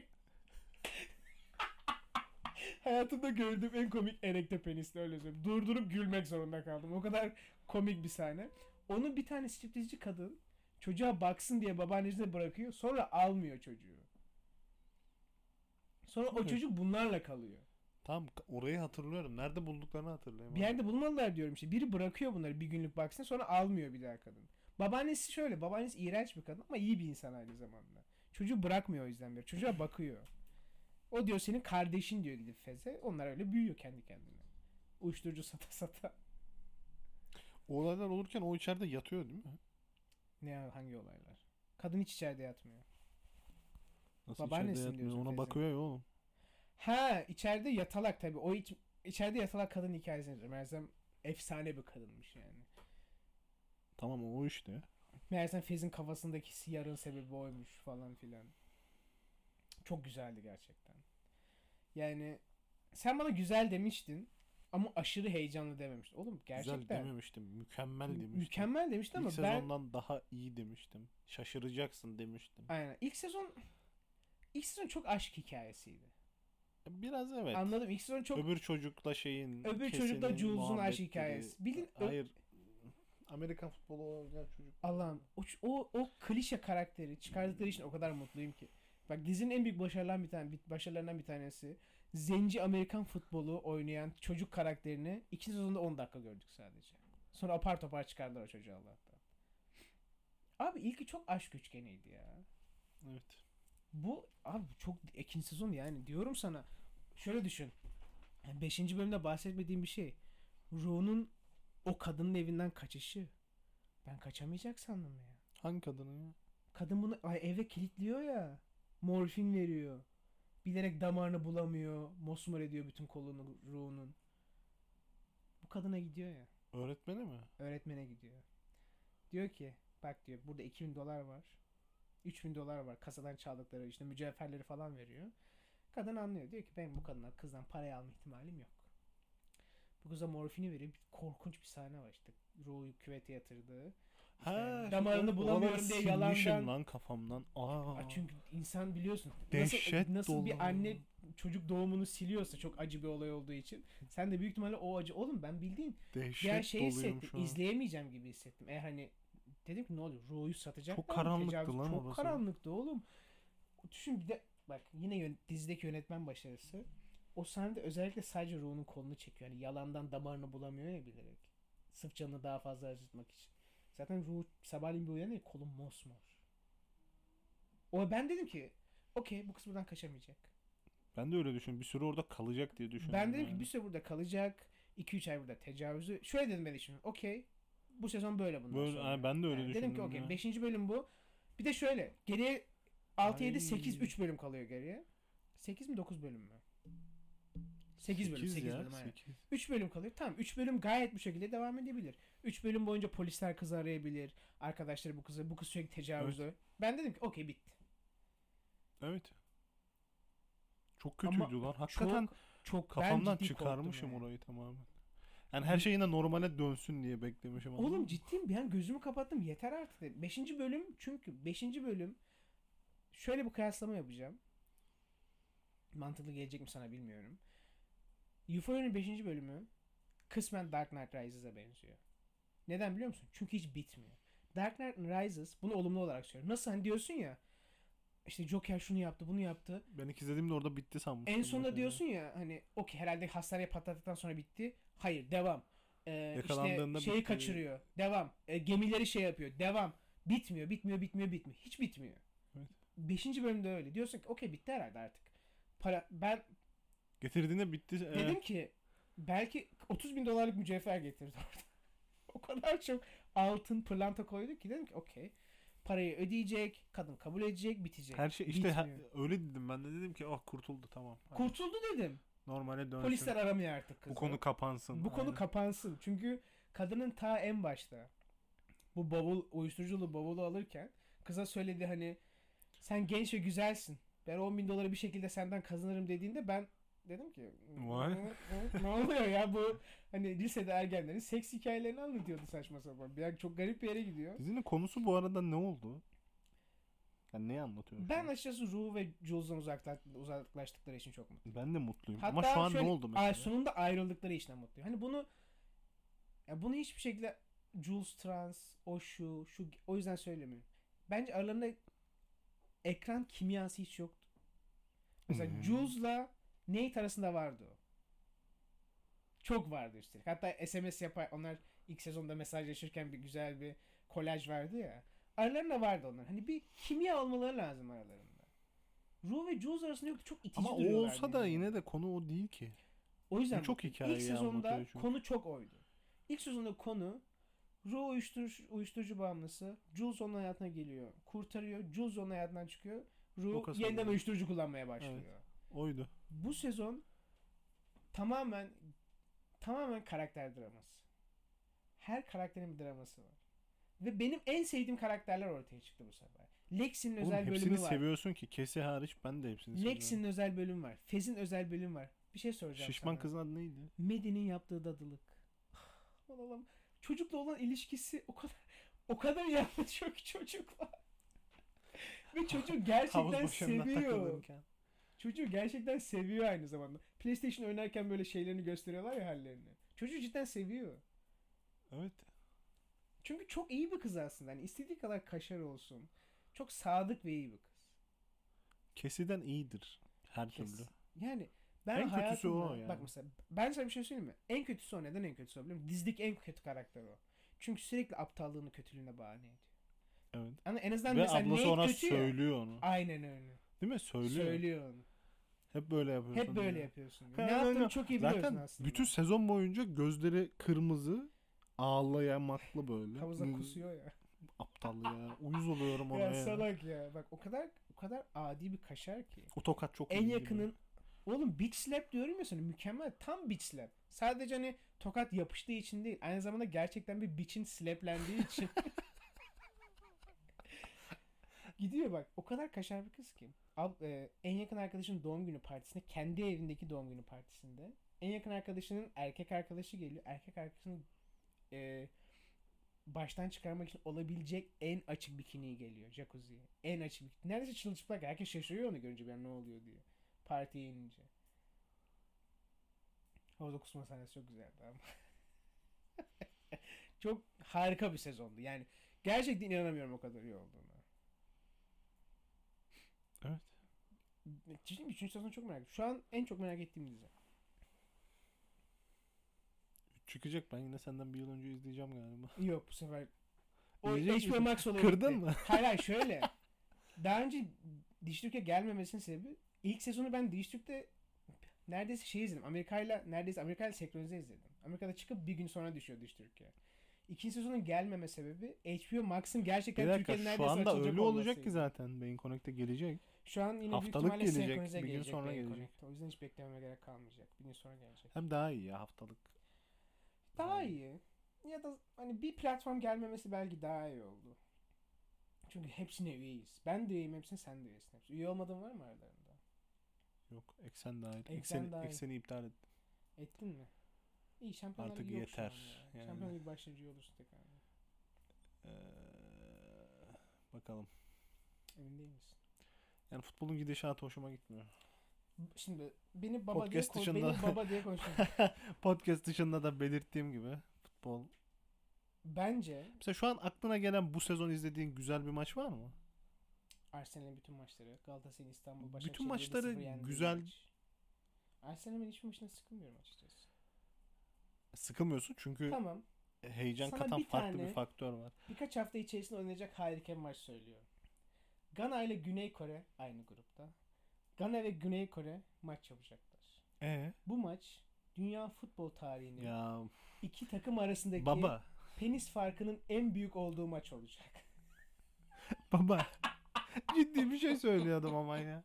Hayatımda gördüğüm en komik erekte penisli öyle söyleyeyim. Durdurup gülmek zorunda kaldım. O kadar komik bir sahne. Onu bir tane striptizci kadın çocuğa baksın diye babaannesine bırakıyor. Sonra almıyor çocuğu. Sonra o çocuk bunlarla kalıyor. Tamam orayı hatırlıyorum. Nerede bulduklarını hatırlayamadım. Bir yerde bulmalılar diyorum işte. Biri bırakıyor bunları bir günlük baksın sonra almıyor bir daha kadın. Babaannesi şöyle. Babaannesi iğrenç bir kadın ama iyi bir insan aynı zamanda. Çocuğu bırakmıyor o yüzden beri. Çocuğa bakıyor. O diyor senin kardeşin diyor gidip Fez'e. Onlar öyle büyüyor kendi kendine. Uyuşturucu sata sata. O olaylar olurken o içeride yatıyor değil mi? Ne hangi olaylar? Kadın hiç içeride yatmıyor. Nasıl Babaannesi içeride yatmıyor? diyorsun Ona Fez'in. bakıyor ya oğlum. Ha içeride yatalak tabii. O içeride yatalak kadın hikayesini diyorum. Meğersem efsane bir kadınmış yani. Tamam o işte. Meğersem Fez'in kafasındaki siyarın sebebi oymuş falan filan. Çok güzeldi gerçekten. Yani sen bana güzel demiştin ama aşırı heyecanlı dememiştin. Oğlum gerçekten. Güzel dememiştim. Mükemmel demiştim. Mükemmel demiştin ama İlk sezondan daha iyi demiştim. Şaşıracaksın demiştim. Aynen. İlk sezon çok aşk hikayesiydi. Biraz evet. Anladım. İlk sezon çok... Öbür çocukla şeyin, Öbür çocukla Kese'nin Jules'un aşk muhabbetleri. hikayesi. Bilin, Hayır. Amerikan futbolu oynayan çocuk. Allah'ım o klişe karakteri çıkardıkları için o kadar mutluyum ki. Bak dizinin en büyük başarılarından bir tanesi. Zenci Amerikan futbolu oynayan çocuk karakterini 2 sezonda 10 dakika gördük sadece. Sonra apar topar çıkardılar o çocuğu Allah'tan. Abi ilki çok aşk üçgeniydi ya. Evet. Bu abi çok ikinci sezon yani diyorum sana. Şöyle düşün. 5. bölümde bahsetmediğim bir şey. Ru'nun o kadının evinden kaçışı. Ben kaçamayacak sandım ya. Hangi kadını ya? Kadın bunu eve kilitliyor ya. Morfin veriyor. Bilerek damarını bulamıyor. Mosmor ediyor bütün kolunu Ru'nun. Bu kadına gidiyor ya. Öğretmeni mi? Öğretmene gidiyor. Diyor ki bak diyor burada $2,000 var. $3,000 var. Kasadan çaldıkları işte mücevherleri falan veriyor. Kadın anlıyor. Diyor ki ben bu kadından kızdan parayı alma ihtimalim yok. Bu kıza morfini veriyor. Korkunç bir sahne var işte. Ru'yu küvete yatırdığı. İşte damarını bulamıyorum diye yalandan. Lan kafamdan. Çünkü insan biliyorsun. Dehşet nasıl dolu. bir anne çocuk doğumunu siliyorsa çok acı bir olay olduğu için. Sen de büyük ihtimalle o acı. Oğlum ben bildiğin diğer şeyi hissettim. İzleyemeyeceğim gibi hissettim. Hani dedim ki ne oluyor? Ru'yu satacak. Çok karanlıktı lan çok orası. karanlıktı oğlum. Düşün bir de bak yine dizideki yönetmen başarısı. O sahnede özellikle sadece Ru'nun kolunu çekiyor. Yani yalandan damarını bulamıyor ya bilerek. Sırf canını daha fazla acıtmak için. Zaten Ru sabahleyin bir uyanıyor kolum mosmor. Ben dedim ki okey bu kız buradan kaçamayacak. Ben de öyle düşündüm. Bir süre orada kalacak diye düşündüm. Ben dedim ki bir süre burada kalacak. 2-3 ay burada tecavüzü. Şöyle dedim ben düşündüm. Okey bu sezon böyle bundan böyle, sonra. ben de öyle düşündüm. Dedim ki okey 5. bölüm bu. Bir de şöyle geriye 6, 7, 8, 3 bölüm kalıyor geriye. 8 mi 9 bölüm mü? 8 bölüm. 8 bölüm aynen. 3 bölüm kalıyor. Tamam 3 bölüm gayet bu şekilde devam edebilir. 3 bölüm boyunca polisler kızı arayabilir. Arkadaşları bu kız sürekli tecavüzü. Evet. Ben dedim ki okey bitti. Evet. Çok kötüydü ama lan. Hakikaten çok kafamdan çıkarmışım yani. Orayı tamamen. Yani her şey yine normale dönsün diye beklemişim. Oğlum ciddiyim ben gözümü kapattım yeter artık. 5. bölüm çünkü 5. bölüm şöyle bir kıyaslama yapacağım. Mantıklı gelecek mi sana bilmiyorum. Euphoria'nın 5. bölümü kısmen Dark Knight Rises'a benziyor. Neden biliyor musun? Çünkü hiç bitmiyor. Dark Knight Rises bunu olumlu olarak söylüyor. Nasıl hani diyorsun ya işte Joker şunu yaptı bunu yaptı. Ben ilk izlediğimde orada bitti sanmıştım. En sonunda diyorsun ya hani okey herhalde hastaneye patlattıktan sonra bitti. Hayır devam. İşte şeyi kaçırıyor. Devam. Gemileri şey yapıyor. Devam. Bitmiyor. Hiç bitmiyor. Evet. 5. bölümde öyle. Diyorsun ki okey bitti herhalde artık. Ben getirdiğinde bitti. Dedim ki belki $30,000 mücevher getirdi orada. O kadar çok altın pırlanta koydu ki dedim ki okey. Parayı ödeyecek, kadın kabul edecek, bitecek. Her şey işte öyle dedim ben de dedim ki kurtuldu tamam. Hadi. Kurtuldu dedim. Normale dönsün. Polisler aramıyor artık kızı. Bu konu kapansın. Bu konu kapansın. Çünkü kadının ta en başta bu uyuşturuculu bavulu alırken kıza söyledi hani sen genç ve güzelsin. Ben $10,000 bir şekilde senden kazanırım dediğinde ben dedim ki ne oluyor ya bu hani lisede ergenlerin seks hikayelerini anlatıyordu saçma sapan. Yani çok garip bir yere gidiyor. Dizinin konusu bu arada ne oldu? Yani neyi anlatıyor? Ben açıkçası Rue ve Jules'dan uzaklaştıkları için çok mutluyum. Ben de mutluyum. Hatta ama şu an ne oldu mesela? Sonunda ayrıldıkları için mutluyum. Hani bunu hiçbir şekilde Jules trans, şu o yüzden söylemiyorum. Bence aralarında ekran kimyası hiç yoktu. Mesela Jules'la Nate arasında vardı o. Çok vardı üstelik. Hatta SMS yapar. Onlar ilk sezonda mesajlaşırken bir güzel bir kolaj vardı ya. Aralarında vardı onlar. Hani bir kimya olmaları lazım aralarında. Rue ve Jules arasında yoktu. Çok itici duruyorlar. Ama o olsa da yine de konu o değil ki. O yüzden çok hikaye ilk sezonda konu çok oydu. İlk sezonda konu Rue uyuşturucu bağımlısı. Jules onun hayatına geliyor. Kurtarıyor. Jules onun hayatından çıkıyor. Rue yeniden uyuşturucu kullanmaya başlıyor. Evet, oydu. Bu sezon tamamen karakter draması. Her karakterin bir draması var. Ve benim en sevdiğim karakterler ortaya çıktı bu sefer. Lexi'nin özel bölümü var. Hepsini seviyorsun ki. Cassie hariç ben de hepsini seviyorum. Lexi'nin özel bölümü var. Fez'in özel bölümü var. Bir şey soracağım Şişman sana. kızın adı neydi? Maddie'nin yaptığı dadılık. Allah'ım. Çocukla olan ilişkisi o kadar yanlış ki çocukla. Ve çocuk gerçekten seviyor. Çocuğu gerçekten seviyor aynı zamanda. PlayStation oynarken böyle şeylerini gösteriyorlar ya, hallerini. Çocuğu cidden seviyor. Evet. Çünkü çok iyi bir kız aslında. Hani istediği kadar kaşar olsun. Çok sadık ve iyi bir kız. Kesiden iyidir her Kes. türlü. Yani ben En kötüsü hayatımda o yani. bak mesela ben sana bir şey söyleyeyim mi? En kötüsü o. Neden en kötüsü o biliyor musun? Dizideki en kötü karakter o. Çünkü sürekli aptallığını, kötülüğüne bahane ediyor. Evet. Ama en azından Ve mesela ablası Nate ona kötü ya. söylüyor onu. Aynen öyle. Değil mi? Söylüyor. Söylüyor onu. Hep böyle yapıyorsun Hep böyle diyor. yapıyorsun. Ha, Ne aynen. yaptığını çok iyi biliyorsun Zaten aslında. bütün sezon boyunca gözleri kırmızı, ağlayamaklı böyle. Havuza kusuyor ya. Aptal ya. Uyuz oluyorum ona Ya ya. salak ya. Bak o kadar adi bir kaşar ki. O tokat çok En iyi. yakının oğlum bitch slap diyorum ya sana, mükemmel. Tam bitch slap. Sadece hani tokat yapıştığı için değil. Aynı zamanda gerçekten bir bitch'in slaplendiği için. Gidiyor bak. O kadar kaşar bir kız ki. En yakın arkadaşının doğum günü partisinde, kendi evindeki doğum günü partisinde, en yakın arkadaşının erkek arkadaşı geliyor. Erkek arkadaşının e, baştan çıkarmak için olabilecek en açık bikini geliyor jacuzziye. En açık bikini. Neredeyse çırılçıplak. Herkes şaşırıyor onu görünce, ben ne oluyor diye. Partiye inince. Havada kusma sahnesi çok güzeldi ama. Çok harika bir sezondu. Yani gerçekten inanamıyorum o kadar iyi olduğuna. Evet. Ciddi 3. sezonu çok merak ediyorum. Şu an en çok merak ettiğim dizi. Çıkacak, ben yine senden bir yıl önce izleyeceğim galiba. Yok bu sefer. O İzleyecek HBO misin? Max olayı Kırdın bitti. mı? Hayır şöyle. Daha önce Dijitürk'e gelmemesinin sebebi, ilk sezonu ben Dijitürk'te neredeyse şey izledim. Neredeyse Amerika'yla senkronize izledim. Amerika'da çıkıp bir gün sonra düşüyor Dijitürk'e. İkinci sezonun gelmeme sebebi HBO Max'ın Bir gerçekten dakika, Türkiye'de şu neredeyse anda açılacak öyle olacak olmasıydı. ki zaten. Beyin Connect'e gelecek. Şu an yine Haftalık büyük ihtimalle gelecek, senkronize bir gün gelecek. sonra Beyin gelecek. Connect'e. O yüzden hiç beklememe gerek kalmayacak. Bir gün sonra gelecek. Hem daha iyi ya, haftalık. Daha iyi. Ya da hani bir platform gelmemesi belki daha iyi oldu. Çünkü hepsine üyeyiz. Ben de üyeyim hepsine, sen de üyesin hepsine. Üye olmadığın var mı aralarında? Yok, eksen dahil. Eksen dahil. Ekseni iptal et. Ettin mi? İyi, Şampiyonlar Artık Ligi yok şu an yeter. ya. Yani. Şampiyonlar Ligi başlayınca iyi olursun tekrar. Ee, bakalım. Emin değil misin? Yani futbolun gidişatı hoşuma gitmiyor. Şimdi beni baba Podcast diye dışında- beni baba diye konuşuyorsun. Podcast dışında da belirttiğim gibi futbol. Bence Mesela şu an aklına gelen bu sezon izlediğin güzel bir maç var mı? Arsenal'in bütün maçları, Galatasaray'ın İstanbul, Bütün Başakşehir'in maçları 7-0 yendiği güzel. maç. Arsenal'in hiçbir maçına sıkılmıyorum açıkçası. Sıkılmıyorsun çünkü Tamam. heyecan Sana katan bir farklı tane- bir faktör var. Birkaç hafta içerisinde oynayacak harika bir maç söylüyorum. Gana ile Güney Kore aynı grupta. Gana ve Güney Kore maç yapacaklar. Bu maç dünya futbol tarihinin Ya iki takım arasındaki baba. penis farkının en büyük olduğu maç olacak. Baba. Ciddi bir şey söylüyor adam ama ya.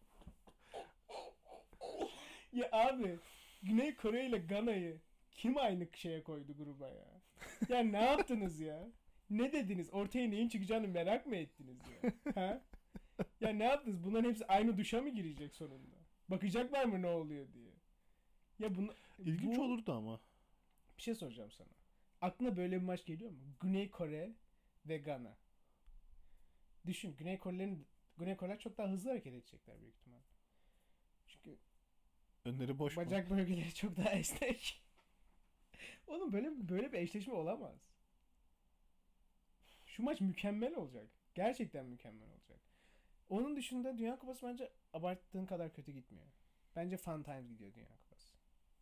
Ya abi, Güney Kore ile Gana'yı kim aynı şeye koydu gruba ya? Ya ne yaptınız ya? Ne dediniz? Ortaya neyin çıkacağını merak mı ettiniz ya? Ha? Ya ne yaptınız? Bunların hepsi aynı duşa mı girecek sonunda? Bakacaklar mı ne oluyor diye. Ya bunu İlginç bu- olurdu ama. Bir şey soracağım sana. Aklına böyle bir maç geliyor mu? Güney Kore ve Gana. Düşün, Güney Koreler çok daha hızlı hareket edecekler büyük ihtimal. Çünkü Önleri boş mu? bacak bölgeleri çok daha esnek. Oğlum böyle bir eşleşme olamaz. Şu maç mükemmel olacak. Gerçekten mükemmel olacak. Onun dışında Dünya Kupası bence abarttığın kadar kötü gitmiyor. Bence fun times gidiyor Dünya Kupası.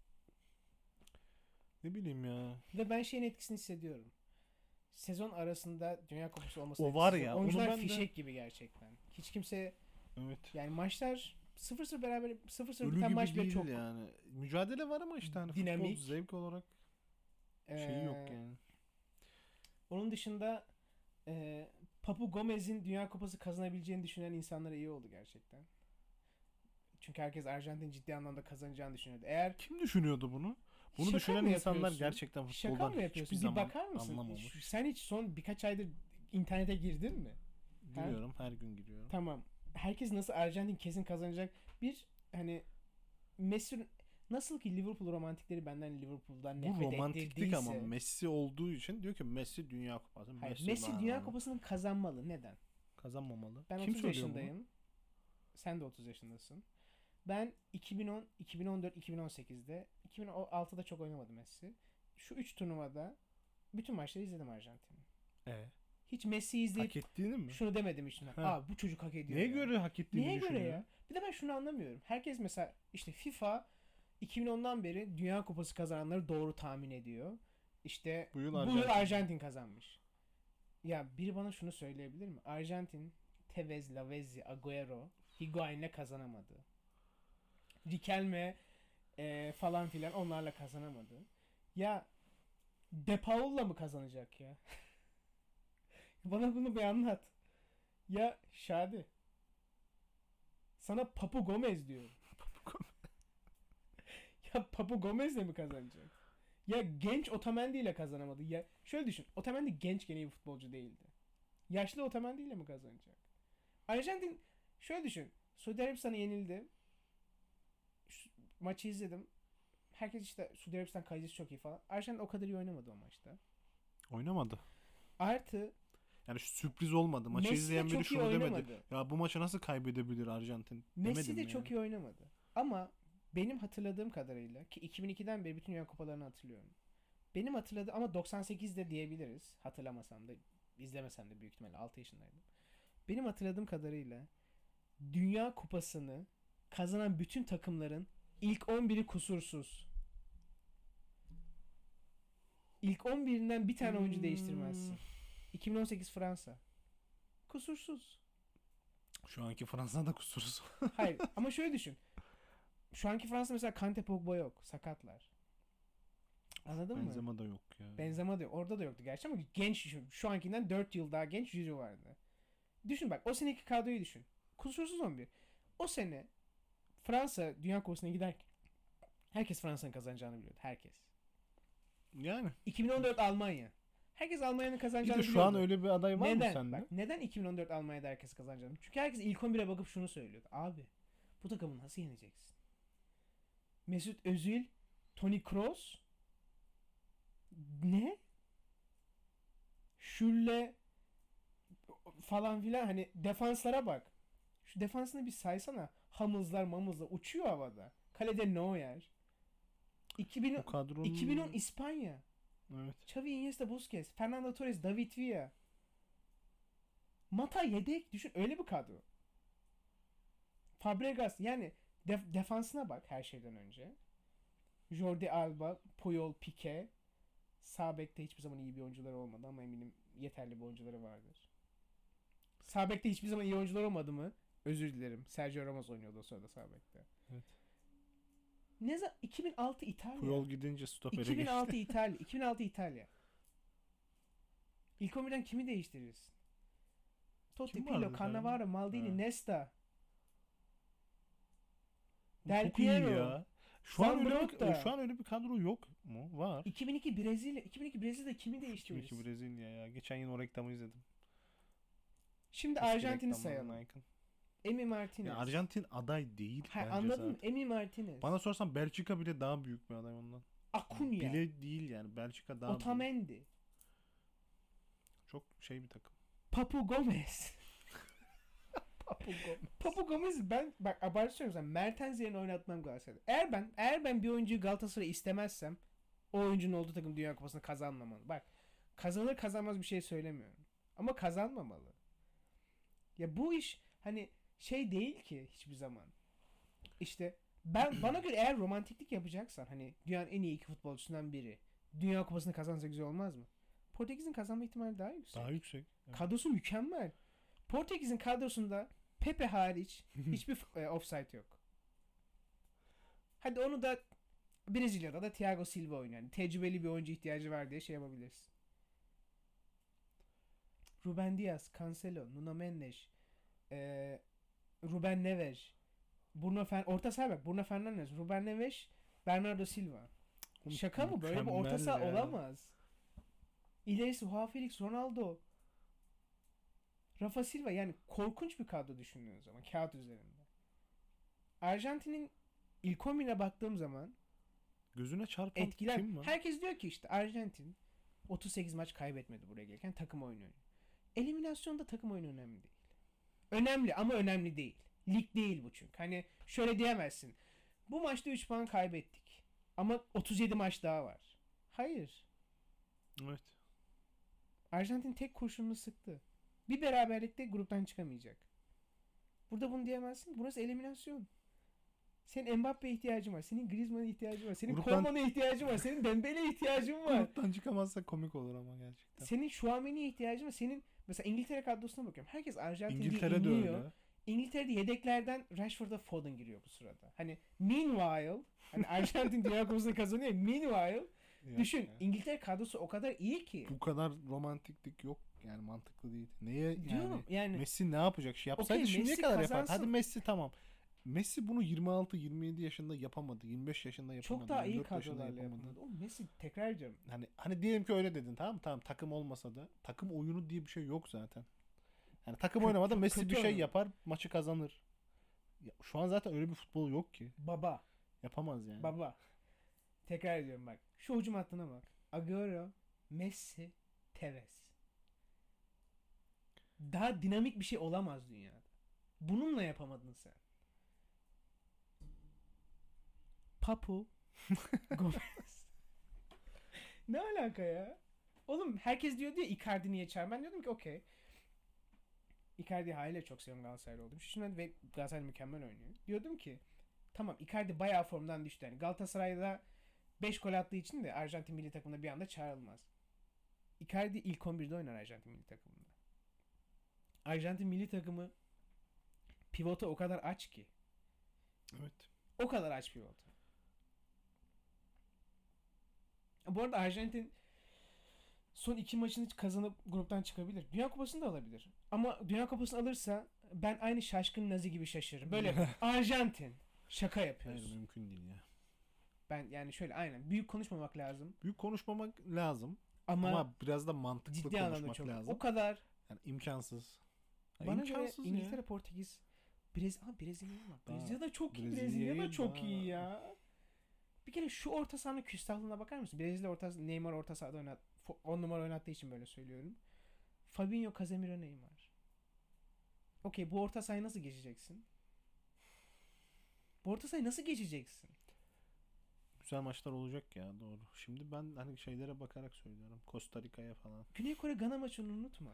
Ne bileyim ya. Ve ben şeyin etkisini hissediyorum. Sezon arasında Dünya Kupası olması O var etkisi. ya, onu Oyuncular ben de- fişek gibi gerçekten. Hiç kimse, Evet. yani maçlar 0-0 beraber 0-0 Ölü biten gibi maç bile değil çok yani. Mücadele var ama işte hani dinamik. futbol zevk olarak şeyi yok Ee, yani. Onun dışında Papu Gomez'in Dünya Kupası kazanabileceğini düşünen insanlara iyi oldu gerçekten. Çünkü herkes Arjantin ciddi anlamda kazanacağını düşünüyordu. Eğer Kim düşünüyordu bunu? Bunu Şaka düşünen mı insanlar yapıyorsun? gerçekten şaka futboldan mı yapıyorsun? hiçbir Bir zaman bakar mısın? anlamamış. Sen hiç son birkaç aydır internete girdin mi? Giriyorum, her gün giriyorum. Tamam. Herkes nasıl Arjantin kesin kazanacak? Bir hani Messi, nasıl ki Liverpool romantikleri benden Liverpool'dan Bu nefret romantiklik ettirdiyse. ama Messi olduğu için diyor ki Messi Dünya Kupası. Hayır, Messi Dünya Kupası'nı kazanmalı. Neden? kazanmamalı. Ben Kim 30 söylüyor bunu? yaşındayım. Sen de 30 yaşındasın. Ben 2010, 2014, 2018'de, 2006'da çok oynamadı Messi. Şu 3 turnuvada bütün maçları izledim Arjantin'in. Hiç Messi'yi izleyip Hak ettiğini mi? şunu demedim içimden. Ha. Bu çocuk hak ediyor Neye ya. göre hak ettiğini Neye göre düşünüyor? ya? Bir de ben şunu anlamıyorum. Herkes mesela işte FIFA 2010'dan beri Dünya Kupası kazananları doğru tahmin ediyor. İşte Bu yıl bu yıl Arjantin kazanmış. Ya biri bana şunu söyleyebilir mi? Arjantin Tevez, Lavezzi, Agüero, Higuain'le kazanamadı. Riquelme falan filan onlarla kazanamadı. Ya De Paul'la mı kazanacak ya? Bana bunu bir anlat. Ya Şadi. Sana Papu Gomez diyorum. Ya Papu Gomez'le mi kazanacak? Ya genç Otamendi ile kazanamadı. Ya şöyle düşün. Otamendi gençken iyi bir futbolcu değildi. Yaşlı Otamendi ile mi kazanacak? Arjantin şöyle düşün. Suudi Arabistan'a yenildi. Maçı izledim. Herkes işte Suudi Arabistan kalecisi çok iyi falan. Arjantin o kadar iyi oynamadı o maçta. Oynamadı. Artı Yani sürpriz olmadı. Maçı Messi de izleyen biri çok iyi şunu demedi. oynamadı. Ya bu maçı nasıl kaybedebilir Arjantin? Messi Demedim de yani. çok iyi oynamadı. Ama benim hatırladığım kadarıyla ki 2002'den beri bütün Dünya Kupalarını hatırlıyorum. Benim hatırladığım ama 98'de diyebiliriz. Hatırlamasam da izlemesem de büyük ihtimalle 6 yaşındaydım. Benim hatırladığım kadarıyla Dünya Kupası'nı kazanan bütün takımların ilk 11'i kusursuz. İlk 11'inden bir tane oyuncu değiştirmezsin. 2018 Fransa. Kusursuz. Şu anki Fransa'da kusursuz. Hayır ama şöyle düşün. Şu anki Fransa mesela Kante, Pogba yok. Sakatlar. Anladın mı? Benzema da yok ya. Benzema da yok. Orada da yoktu gerçi ama genç şu ankinden 4 yıl daha genç Jiri vardı. Düşün bak o seneki kadroyu düşün. Kusursuz 11. O sene Fransa Dünya Kupası'na giderken herkes Fransa'nın kazanacağını biliyordu. Herkes. Yani. 2014 Almanya. Herkes Almanya'nın Bir kazanacağını de biliyordu. şu an öyle bir aday var mı Neden? sende? Bak, neden 2014 Almanya'da herkes kazanacağını? Çünkü herkes ilk 11'e bakıp şunu söylüyordu. Abi bu takımı nasıl yeneceksin? Mesut Özil, Toni Kroos, ne? Şülle falan filan hani defanslara bak. Şu defansını bir saysana. Hamızlar mamızlar uçuyor havada. Kalede Neuer. 2010, Bu kadronun... 2010 İspanya. Evet. Xavi, Iniesta, Busquets, Fernando Torres, David Villa. Mata yedek. Düşün öyle bir kadro. Fabregas yani defansına bak her şeyden önce. Jordi Alba, Puyol, Piqué. Sağ bekte hiçbir zaman iyi bir oyuncuları olmadı ama eminim yeterli bir oyuncuları vardır. Sağ bekte hiçbir zaman iyi oyuncular olmadı mı? Özür dilerim. Sergio Ramos oynuyordu o sırada sağ bekte. Evet. 2006 İtalya. Puyol gidince stopere 2006 geçti. İtalya. 2006 İtalya. İlk 11'den kimi değiştirirsin? Totti, Kim Pirlo, vardı Cannavaro, tabii? Maldini, Ha. Nesta. Bu Del çok iyi Piero. ya. Şu an Zambrotta. şu an öyle bir kadro yok mu? Var. 2002 Brezilya. 2002 Brezilya'da kimi değiştirirsin? 2002 Brezilya ya. Geçen yıl o reklamı izledim. Şimdi Eski Arjantin'i reklamlardan sayalım. icon. Emi Martinez. Ya Arjantin aday değil Ha, bence anladın mı? zaten. Emi Martinez. Bana sorsan Belçika bile daha büyük bir aday ondan. Acuna. Bile değil yani. Belçika daha büyük. Otamendi. Çok şey bir takım. Papu Gomez. Papu Gomez ben bak abartıyorum sen. Mertens yerine oynatmam Galatasaray'da. Eğer ben bir oyuncuyu Galatasaray istemezsem o oyuncunun olduğu takım Dünya Kupası'nı kazanmamalı. Bak kazanır kazanmaz bir şey söylemiyorum. Ama kazanmamalı. Ya bu iş hani şey değil ki hiçbir zaman. İşte bana göre eğer romantiklik yapacaksan hani dünyanın en iyi iki futbolcusundan biri Dünya Kupası'nı kazansa güzel olmaz mı? Portekiz'in kazanma ihtimali daha yüksek. Daha yüksek. Evet. Kadrosu mükemmel. Portekiz'in kadrosunda Pepe hariç hiçbir offside yok. Hadi onu da Brezilya'da da Thiago Silva oynuyor. Yani tecrübeli bir oyuncu ihtiyacı var diye şey yapabilirsin. Ruben Dias, Cancelo, Nuno Mendes, Ruben Neves, orta saha bak. Bruno Fernandes, Ruben Neves, Bernardo Silva. Şaka mı? Böyle bir orta saha Mükemmel ya. olamaz. İlerisi Joao Felix, Ronaldo, Rafa Silva yani korkunç bir kadro düşündüğünüz zaman kağıt üzerinde. Arjantin'in ilk 11'ine baktığım zaman Gözüne çarpan etkilen. kim var? Herkes diyor ki işte Arjantin 38 maç kaybetmedi buraya gelirken takım oyunu oynuyor. Eliminasyonda takım oyunu önemli değil. Önemli ama önemli değil. Lig değil bu çünkü. Hani şöyle diyemezsin. Bu maçta 3 puan kaybettik. Ama 37 maç daha var. Hayır. Evet. Arjantin tek kurşununu sıktı. Bir beraberlikte gruptan çıkamayacak. Burada bunu diyemezsin. Burası eliminasyon. Senin Mbappe'ye ihtiyacın var. Senin Griezmann'a ihtiyacın var. Senin Koeman'a ihtiyacın var. Senin Dembele'ye ihtiyacın var. Gruptan çıkamazsa komik olur ama gerçekten. Senin Tchouaméni'ye ihtiyacın var. Senin mesela İngiltere kadrosuna bakıyorum. Herkes Arjantin diye İngiltere'de inliyor. öyle. İngiltere'de yedeklerden Rashford'a Foden giriyor bu sırada. Hani meanwhile hani Arjantin Dünya Kupası'nı kazanıyor. Meanwhile düşün Ya. İngiltere kadrosu o kadar iyi ki. Bu kadar romantiklik yok. Yani mantıklı değil. Neye Diyorum yani Messi ne yapacak? Şey yapsaydı okey, şimdiye Messi kadar yapardı. kazansın. Hadi Messi tamam. Messi bunu 26-27 yaşında yapamadı. 25 yaşında yapamadı. çok daha iyi 24 yaşında kadrolarla yapamadı. yapıldı. Oğlum Messi tekrar ediyorum. Hani diyelim ki öyle dedin, tamam mı? Tamam, takım olmasa da takım oyunu diye bir şey yok zaten. Yani takım oynamada çok Messi kötü bir şey oyun. yapar, maçı kazanır. Ya, şu an zaten öyle bir futbol yok ki. Baba. Yapamaz yani. Baba. Tekrar ediyorum bak. Şu hücum hattına bak. Agüero, Messi, Tevez. Daha dinamik bir şey olamaz dünyada. Bununla yapamadın sen. Papu, Gomez. Ne alaka ya? Oğlum herkes diyor diye Icardi niye çağır? Ben diyordum ki okey. Icardi haliyle çok seviyorum Galatasaraylı olduğum. Şimdi ve Galatasaray mükemmel oynuyor. Diyordum ki tamam Icardi bayağı formdan düştü. Yani Galatasaray'da 5 gol attığı için de Arjantin milli takımına bir anda çağrılmaz. Icardi ilk 11'de oynar Arjantin milli takımında. Arjantin milli takımı pivota o kadar aç ki. Evet. O kadar aç pivota. Bu arada Arjantin son 2 maçını kazanıp gruptan çıkabilir. Dünya Kupası'nı da alabilir. Ama Dünya Kupası'nı alırsa ben aynı şaşkın Nazi gibi şaşırırım. Böyle Arjantin. Şaka Hayır, yapıyorsun. mümkün değil ya. Ben yani şöyle aynen. Büyük konuşmamak lazım. Büyük konuşmamak lazım Ama, ama biraz da mantıklı ciddi anlamda konuşmak çok. lazım. O kadar. Yani imkansız. Ya Bana göre imkansız ya. İngiltere, Portekiz, Brezilya var. Daha Brezilya da çok iyi. Brezilya'yı Brezilya da çok daha- iyi ya. Bir kere şu orta sahanın küstahlığına bakar mısın? Brezilya orta Neymar orta sahada 10 numara oynattığı için böyle söylüyorum. Fabinho, Casemiro, Neymar. Okey, bu orta sahayı nasıl geçeceksin? Bu orta sahayı nasıl geçeceksin? Güzel maçlar olacak ya, doğru. Şimdi ben hani şeylere bakarak söylüyorum. Costa Rica'ya falan. Güney Kore Gana maçını unutma.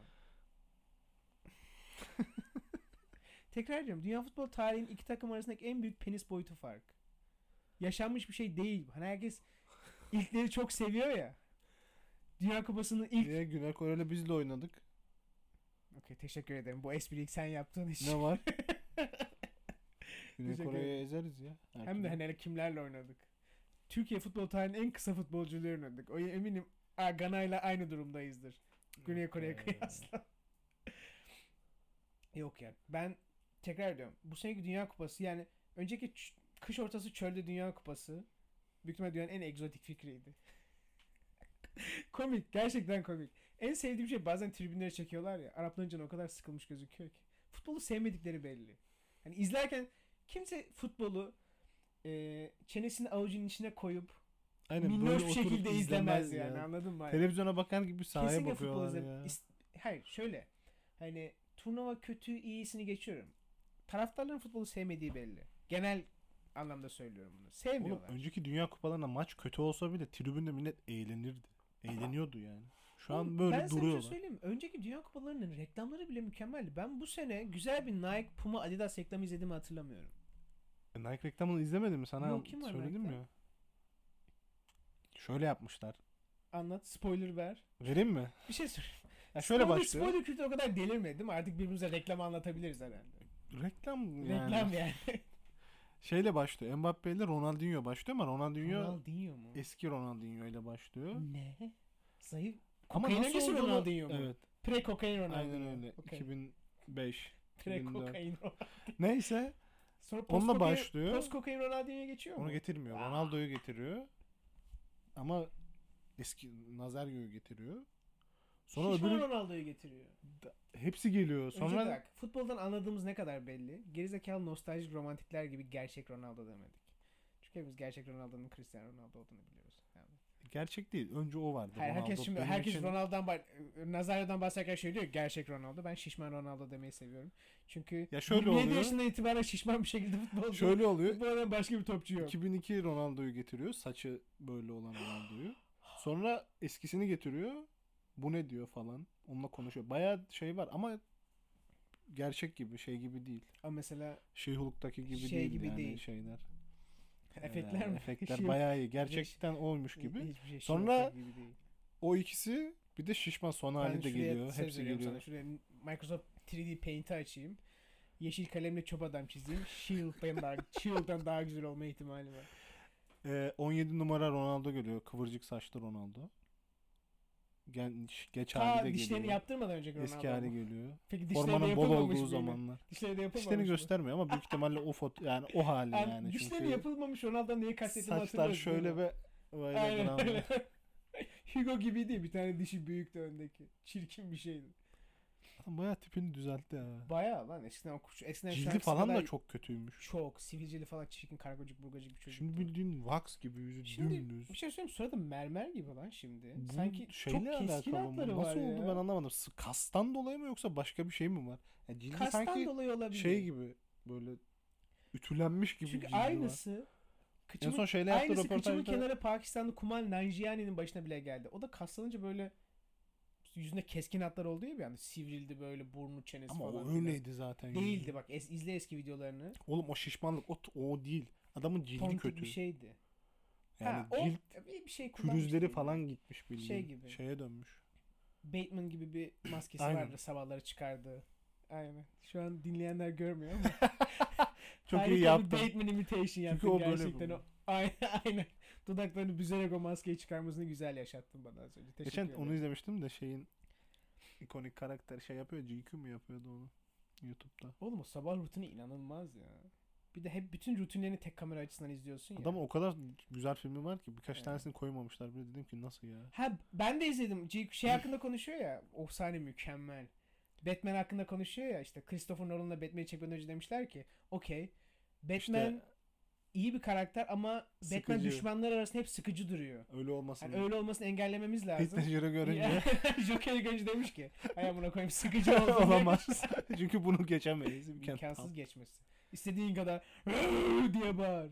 Tekrar ediyorum. Dünya futbol tarihinin iki takım arasındaki en büyük penis boyutu fark. Yaşanmış bir şey değil. Hani herkes ilkleri çok seviyor ya. Dünya Kupası'nın ilk... Niye Güney Kore'yle biz de oynadık? Okey, teşekkür ederim. Bu espriyi sen yaptığın için. Ne var? Güney Teşekkür Kore'yi ederim. ezeriz ya. Hem de hani kimlerle oynadık. Türkiye futbol tarihinin en kısa futbolculuğu oynadık. O eminim Gana ile aynı durumdayızdır. Güney Kore'ye kıyasla. Yok yani. Ben tekrar ediyorum. Bu seneki Dünya Kupası yani önceki kış ortası çölde Dünya Kupası büyük ihtimalle dünyanın en egzotik fikriydi. Komik. Gerçekten komik. En sevdiğim şey bazen tribünlere çekiyorlar ya. Arapların canı o kadar sıkılmış gözüküyor ki. Futbolu sevmedikleri belli. Hani izlerken kimse futbolu çenesini avucunun içine koyup Aynen, minnoş böyle bir oturup şekilde izlemez ya. yani, anladın mı? Televizyona bakar gibi sahaya Kesinlikle bakıyorlar futbol ya. Hayır şöyle. Hani turnuva kötü iyisini geçiyorum. Taraftarların futbolu sevmediği belli. Genel anlamda söylüyorum bunu. Oğlum, Sevmiyorlar. önceki Dünya Kupalarında maç kötü olsa bile tribünde millet eğlenirdi. Eğleniyordu yani. Şu an Oğlum, böyle ben sana bir şey duruyorlar. söyleyeyim mi? Önceki Dünya Kupalarının reklamları bile mükemmeldi. Ben bu sene güzel bir Nike, Puma, Adidas reklamı izlediğimi hatırlamıyorum. Nike reklamını izlemedin mi? Sana Yok, kim var söyledim Nike'da? ya. Şöyle yapmışlar. Anlat. Spoiler ver. Vereyim mi? Bir şey söyle. Ya şöyle Spoiler, başlıyor. spoiler kültürü o kadar delirmedi değil mi? Artık birbirimize reklam anlatabiliriz herhalde. Reklam yani. Reklam yani. Şeyle başlıyor. Mbappe ile Ronaldinho başlıyor ama Ronaldinho Ronaldinho mu? eski Ronaldinho ile başlıyor. Ne? Zayıf. Ama Kokain nasıl öncesi olduğunu... Ronaldinho mu? Evet. Pre-kokain Ronaldinho. Aynen öyle. Okay. 2005. 2004. Pre-kokain Ronaldinho. Neyse. Sonra Onunla başlıyor. Post-kokain Ronaldinho'ya geçiyor mu? Onu getirmiyor. Aa. Ronaldo'yu getiriyor. Ama eski Nazario'yu getiriyor. Sonra Şişman öbürü Ronaldo'yu getiriyor. hepsi geliyor. Önce Sonra bak, futboldan anladığımız ne kadar belli. Gerizekalı nostaljik romantikler gibi gerçek Ronaldo demedik. Çünkü hepimiz gerçek Ronaldo'nun Cristiano Ronaldo olduğunu biliyoruz. Yani. Gerçek değil. Önce o vardı. Hayır, herkes Ronaldo şimdi benim herkes için- Nazaryo'dan bahsederken şey diyor. Gerçek Ronaldo. Ben şişman Ronaldo demeyi seviyorum. Çünkü Ya şöyle 27 oluyor. yaşından itibaren şişman bir şekilde futbolcu. Şöyle oluyor. Futboldan başka bir topçu yok. 2002 Ronaldo'yu getiriyor. Saçı böyle olan Ronaldo'yu. Sonra eskisini getiriyor. Bu ne diyor falan. Onunla konuşuyor. Bayağı şey var ama gerçek gibi, şey gibi değil. Ama mesela She-Hulk'taki gibi Şey değil gibi yani değil. şeyler. efektler mi? Efektler Şey- bayağı iyi. Gerçekten oymuş gibi. Hiçbir şey Sonra She-Hulk gibi değil. o ikisi bir de şişman son Ben hali de şuraya geliyor. söz Hepsi veriyorum geliyor. sana. Şuraya Microsoft 3D Paint'i açayım. Yeşil kalemle çöp adam çizeyim. Shield'dan daha güzel olma ihtimali var. 17 numara Ronaldo geliyor. Kıvırcık saçlı Ronaldo. Geç hali Ta de dişlerini geliyor. yaptırmadan önceki Ronaldo. Eski hali mu? geliyor. Peki dişleri de Formanın bol yapılmamış olduğu mıydı? zamanlar. Dişleri de yapılmamış Dişlerini mı? göstermiyor ama büyük ihtimalle o foto yani o hali yani. Dişleri Çünkü yapılmamış Ronaldo'dan neyi kastettiğimi saçlar hatırlıyorsun şöyle değil mi? ve böyle Aynen brown. öyle. Hugo gibi değil. Bir tane dişi büyüktü öndeki. Çirkin bir şeydi. Adam bayağı tipini düzeltti ya. Bayağı lan. Eskiden şu Cildi anki falan da kadar çok kötüymüş. çok sivilceli falan çirkin kargocuk burgacık bir çocuk. Şimdi bildiğin wax gibi yüzü Şimdi dümdüz. bir şey söyleyeyim, suratı mermer gibi lan şimdi. Bu Sanki şeyle çok keskin alakalı mı? hatları var Nasıl oldu ya. ben anlamadım. Kastan dolayı mı yoksa başka bir şey mi var? Ya cildi Kastan sanki dolayı olabilir. şey gibi böyle ütülenmiş gibi Çünkü cildi var. aynısı En son şeyle yaptığı aynısı kıçımın röportajda kenarı Pakistanlı Kumal Nanjiani'nin başına bile geldi. O da kaslanınca böyle yüzünde keskin hatlar olduğu ya bir anda sivrildi böyle burnu çenesi ama falan. o öyleydi zaten. Değildi yüzü. bak izle eski videolarını. Oğlum o şişmanlık o değil. Adamın cildi Tontik kötü. bir şeydi. Yani o cilt bir şey kullanmış pürüzleri değil. falan gitmiş bildiğin. Şey gibi. Şeye dönmüş. Bateman gibi bir maskesi Aynen. vardı sabahları çıkardığı. Aynen. Şu an dinleyenler görmüyor ama. Çok Harika iyi bir yaptın. Bateman imitation yaptın Çünkü o böyle gerçekten. bu. Aynen aynen. Dudaklarını büzerek o maskeyi çıkarmasını güzel yaşattın bana az önce. Teşekkür Geçen ederim. onu izlemiştim de şeyin ikonik karakter şey yapıyor. GQ mu yapıyordu onu? YouTube'da. Oğlum o sabah rutini inanılmaz ya. Bir de hep bütün rutinlerini tek kamera açısından izliyorsun ya. Adamın o kadar güzel filmi var ki birkaç Evet. tanesini koymamışlar. Bir de dedim ki nasıl ya? Ha ben de izledim. Şey hakkında konuşuyor ya. O sahne mükemmel. Batman hakkında konuşuyor ya işte Christopher Nolan'la Batman'i çekmeden önce demişler ki okey Batman İşte iyi bir karakter ama Batman Sıkıcı. düşmanlar arasında hep sıkıcı duruyor. öyle olmasın. Yani öyle olmasını engellememiz Heath lazım. Ledger'ı görünce Joker'i görünce demiş ki ay buna koyayım sıkıcı oldu. olamaz. Çünkü bunu geçemeyiz. İmkansız geçmesi. İstediğin kadar diye bağır.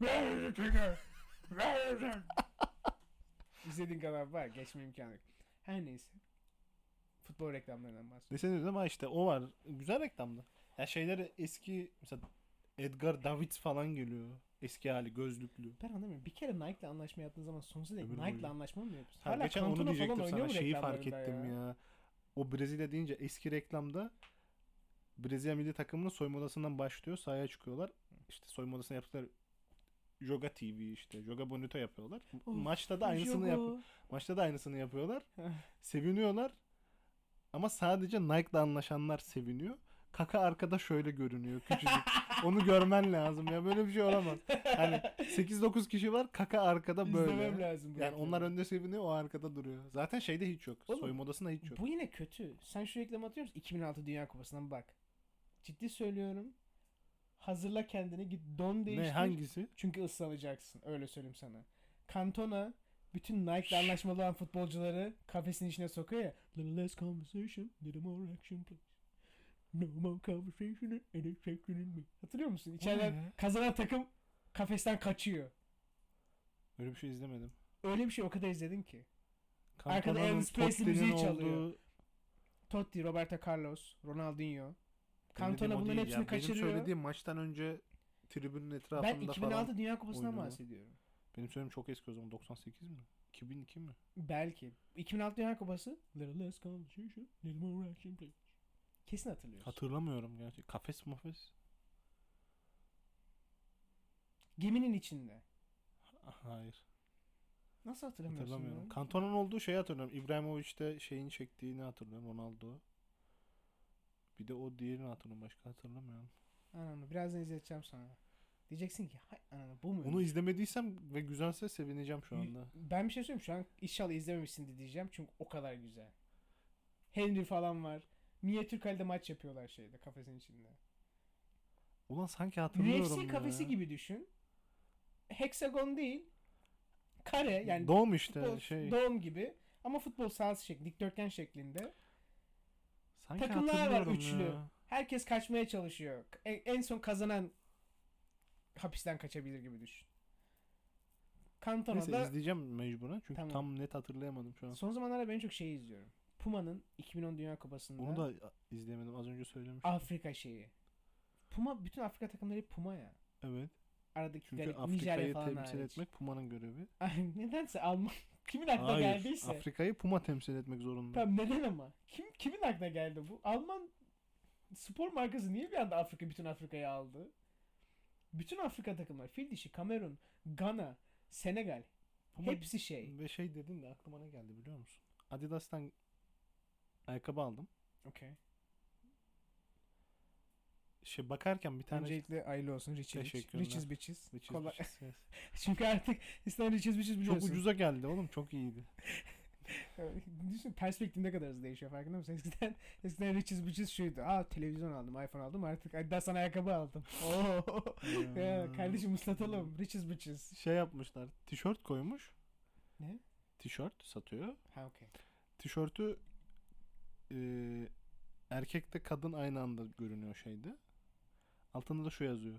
İstediğin kadar bağır. Geçme imkanı yok. Her neyse. Futbol reklamlarından bahsediyorum. Deseniz ama işte o var. Güzel reklamdı. Ya şeyleri eski mesela Edgar Davids falan geliyor. Eski hali gözlüklü. Ben anlamıyorum. Bir kere Nike'la anlaşma yaptığın zaman sonsuza dek Ömür Nike'la boyu. anlaşma mı yapıyorsun? Ha, geçen onu Cantona falan diyecektim oynuyor sana. mu Şeyi fark reklamlarında ettim ya. O Brezilya deyince eski reklamda Brezilya milli takımının soyunma odasından başlıyor. Sahaya çıkıyorlar. İşte soyunma odasına yaptıkları Joga TV işte. Joga Bonito yapıyorlar. Maçta da aynısını Maçta da aynısını yapıyorlar. Seviniyorlar. Ama sadece Nike'la anlaşanlar seviniyor. Kaka arkada şöyle görünüyor küçücük. Onu görmen lazım ya. Böyle bir şey olamaz. Hani 8-9 kişi var. Kaka arkada böyle. İzlemem lazım. bu Yani reklamı. onlar önde seviniyor, o arkada duruyor. Zaten şeyde hiç yok. Oğlum, Soyunma odasında hiç yok. Bu yine kötü. Sen şu reklamı atıyor musun? 2006 Dünya Kupası'ndan bak. Ciddi söylüyorum. Hazırla kendini git don değiştir. Ne hangisi? Çünkü ıslanacaksın. Öyle söyleyeyim sana. Cantona bütün Nike'la anlaşmalı olan futbolcuları kafesin içine sokuyor ya. Little less conversation, little more action please. No more conversation and attraction in me. Hatırlıyor musun? İçeriden ya? kazanan takım kafesten kaçıyor. Öyle bir şey izlemedim. Öyle bir şey o kadar izledin ki. Arkada Cantona'nın, Elvis Presley Totti'nin müziği çalıyor. olduğu- Totti, Roberto Carlos, Ronaldinho. Benim dediğim Cantona o bunların değil hepsini ya. kaçırıyor. Benim söylediğim maçtan önce tribünün Ben etrafında 2006 falan. Dünya Kupası'ndan oynuyorlar. bahsediyorum. Benim söylediğim çok eski o zaman. 98 mi? 2002 mi? Belki. 2006 Dünya Kupası. Little less conversation, little more action please. Kesin hatırlıyorsun. Hatırlamıyorum gerçekten. Kafes mafes. Geminin içinde. Hayır. Nasıl hatırlamıyorsun? Hatırlamıyorum. ya? Kantona'nın olduğu şeyi hatırlıyorum. İbrahimovic'te şeyin çektiğini hatırlıyorum. Ronaldo. Bir de o diğerini hatırlıyorum. Başka hatırlamıyorum. Ananı birazdan izleteceğim sana. Diyeceksin ki hay ananı bu mu? Onu izlemediysem ve güzelse sevineceğim şu anda. Ben bir şey söyleyeyim şu an inşallah izlememişsindir diyeceğim çünkü o kadar güzel. Henry falan var. Minyatür kalede maç yapıyorlar şeyde kafesin içinde. Ulan sanki hatırlıyorum UFC ya. kafesi gibi düşün. Hexagon değil. Kare yani Dom işte futbol, dom gibi ama futbol sahası şeklinde, dikdörtgen şeklinde. Sanki Takımlar var hatırlıyorum üçlü. ya. Herkes kaçmaya çalışıyor. En son kazanan hapisten kaçabilir gibi düşün. Neyse Kantona'da izleyeceğim mecburen çünkü tamam. tam net hatırlayamadım şu an. Son zamanlarda ben çok şey izliyorum. Puma'nın 2010 Dünya Kupası'nda Onu da izleyemedim, az önce söylemiştim. Afrika şeyi. Puma, bütün Afrika takımları hep Puma ya. Evet. Aradaki Çünkü garip Nijerya Afrika'yı falan temsil hariç. etmek Puma'nın görevi. Nedense Alman kimin aklına Hayır, geldiyse. Afrika'yı Puma temsil etmek zorunda. Tamam, neden ama? Kimin aklına geldi bu? Alman spor markası niye bir anda bütün Afrika'yı aldı? Bütün Afrika takımları, Fil Dişi, Kamerun, Gana, Senegal. Puma Hepsi şey. ve şey dedin de aklıma ne geldi biliyor musun? Adidas'tan ayakkabı aldım. Okay. Bakarken bir tane Öncelikle hayırlı olsun Teşekkürler. Riches Bitches. Which is Kolay. bitches, yes. Çünkü artık İslam Riches Bitches Çok biliyorsun. ucuza geldi oğlum, çok iyiydi. Düşün, perspektif ne kadar hızlı değişiyor, farkında mısın? Eskiden Riches Bitches şuydu. Televizyon aldım, iPhone aldım, artık Adidas sana ayakkabı aldım. Oo. Ya, kardeşim ıslatalım. Riches Bitches. Şey yapmışlar. Tişört koymuş. Ne? Tişört satıyor. Ha, okey. Tişörtü erkekte kadın aynı anda görünüyor şeyde. Altında da şu yazıyor.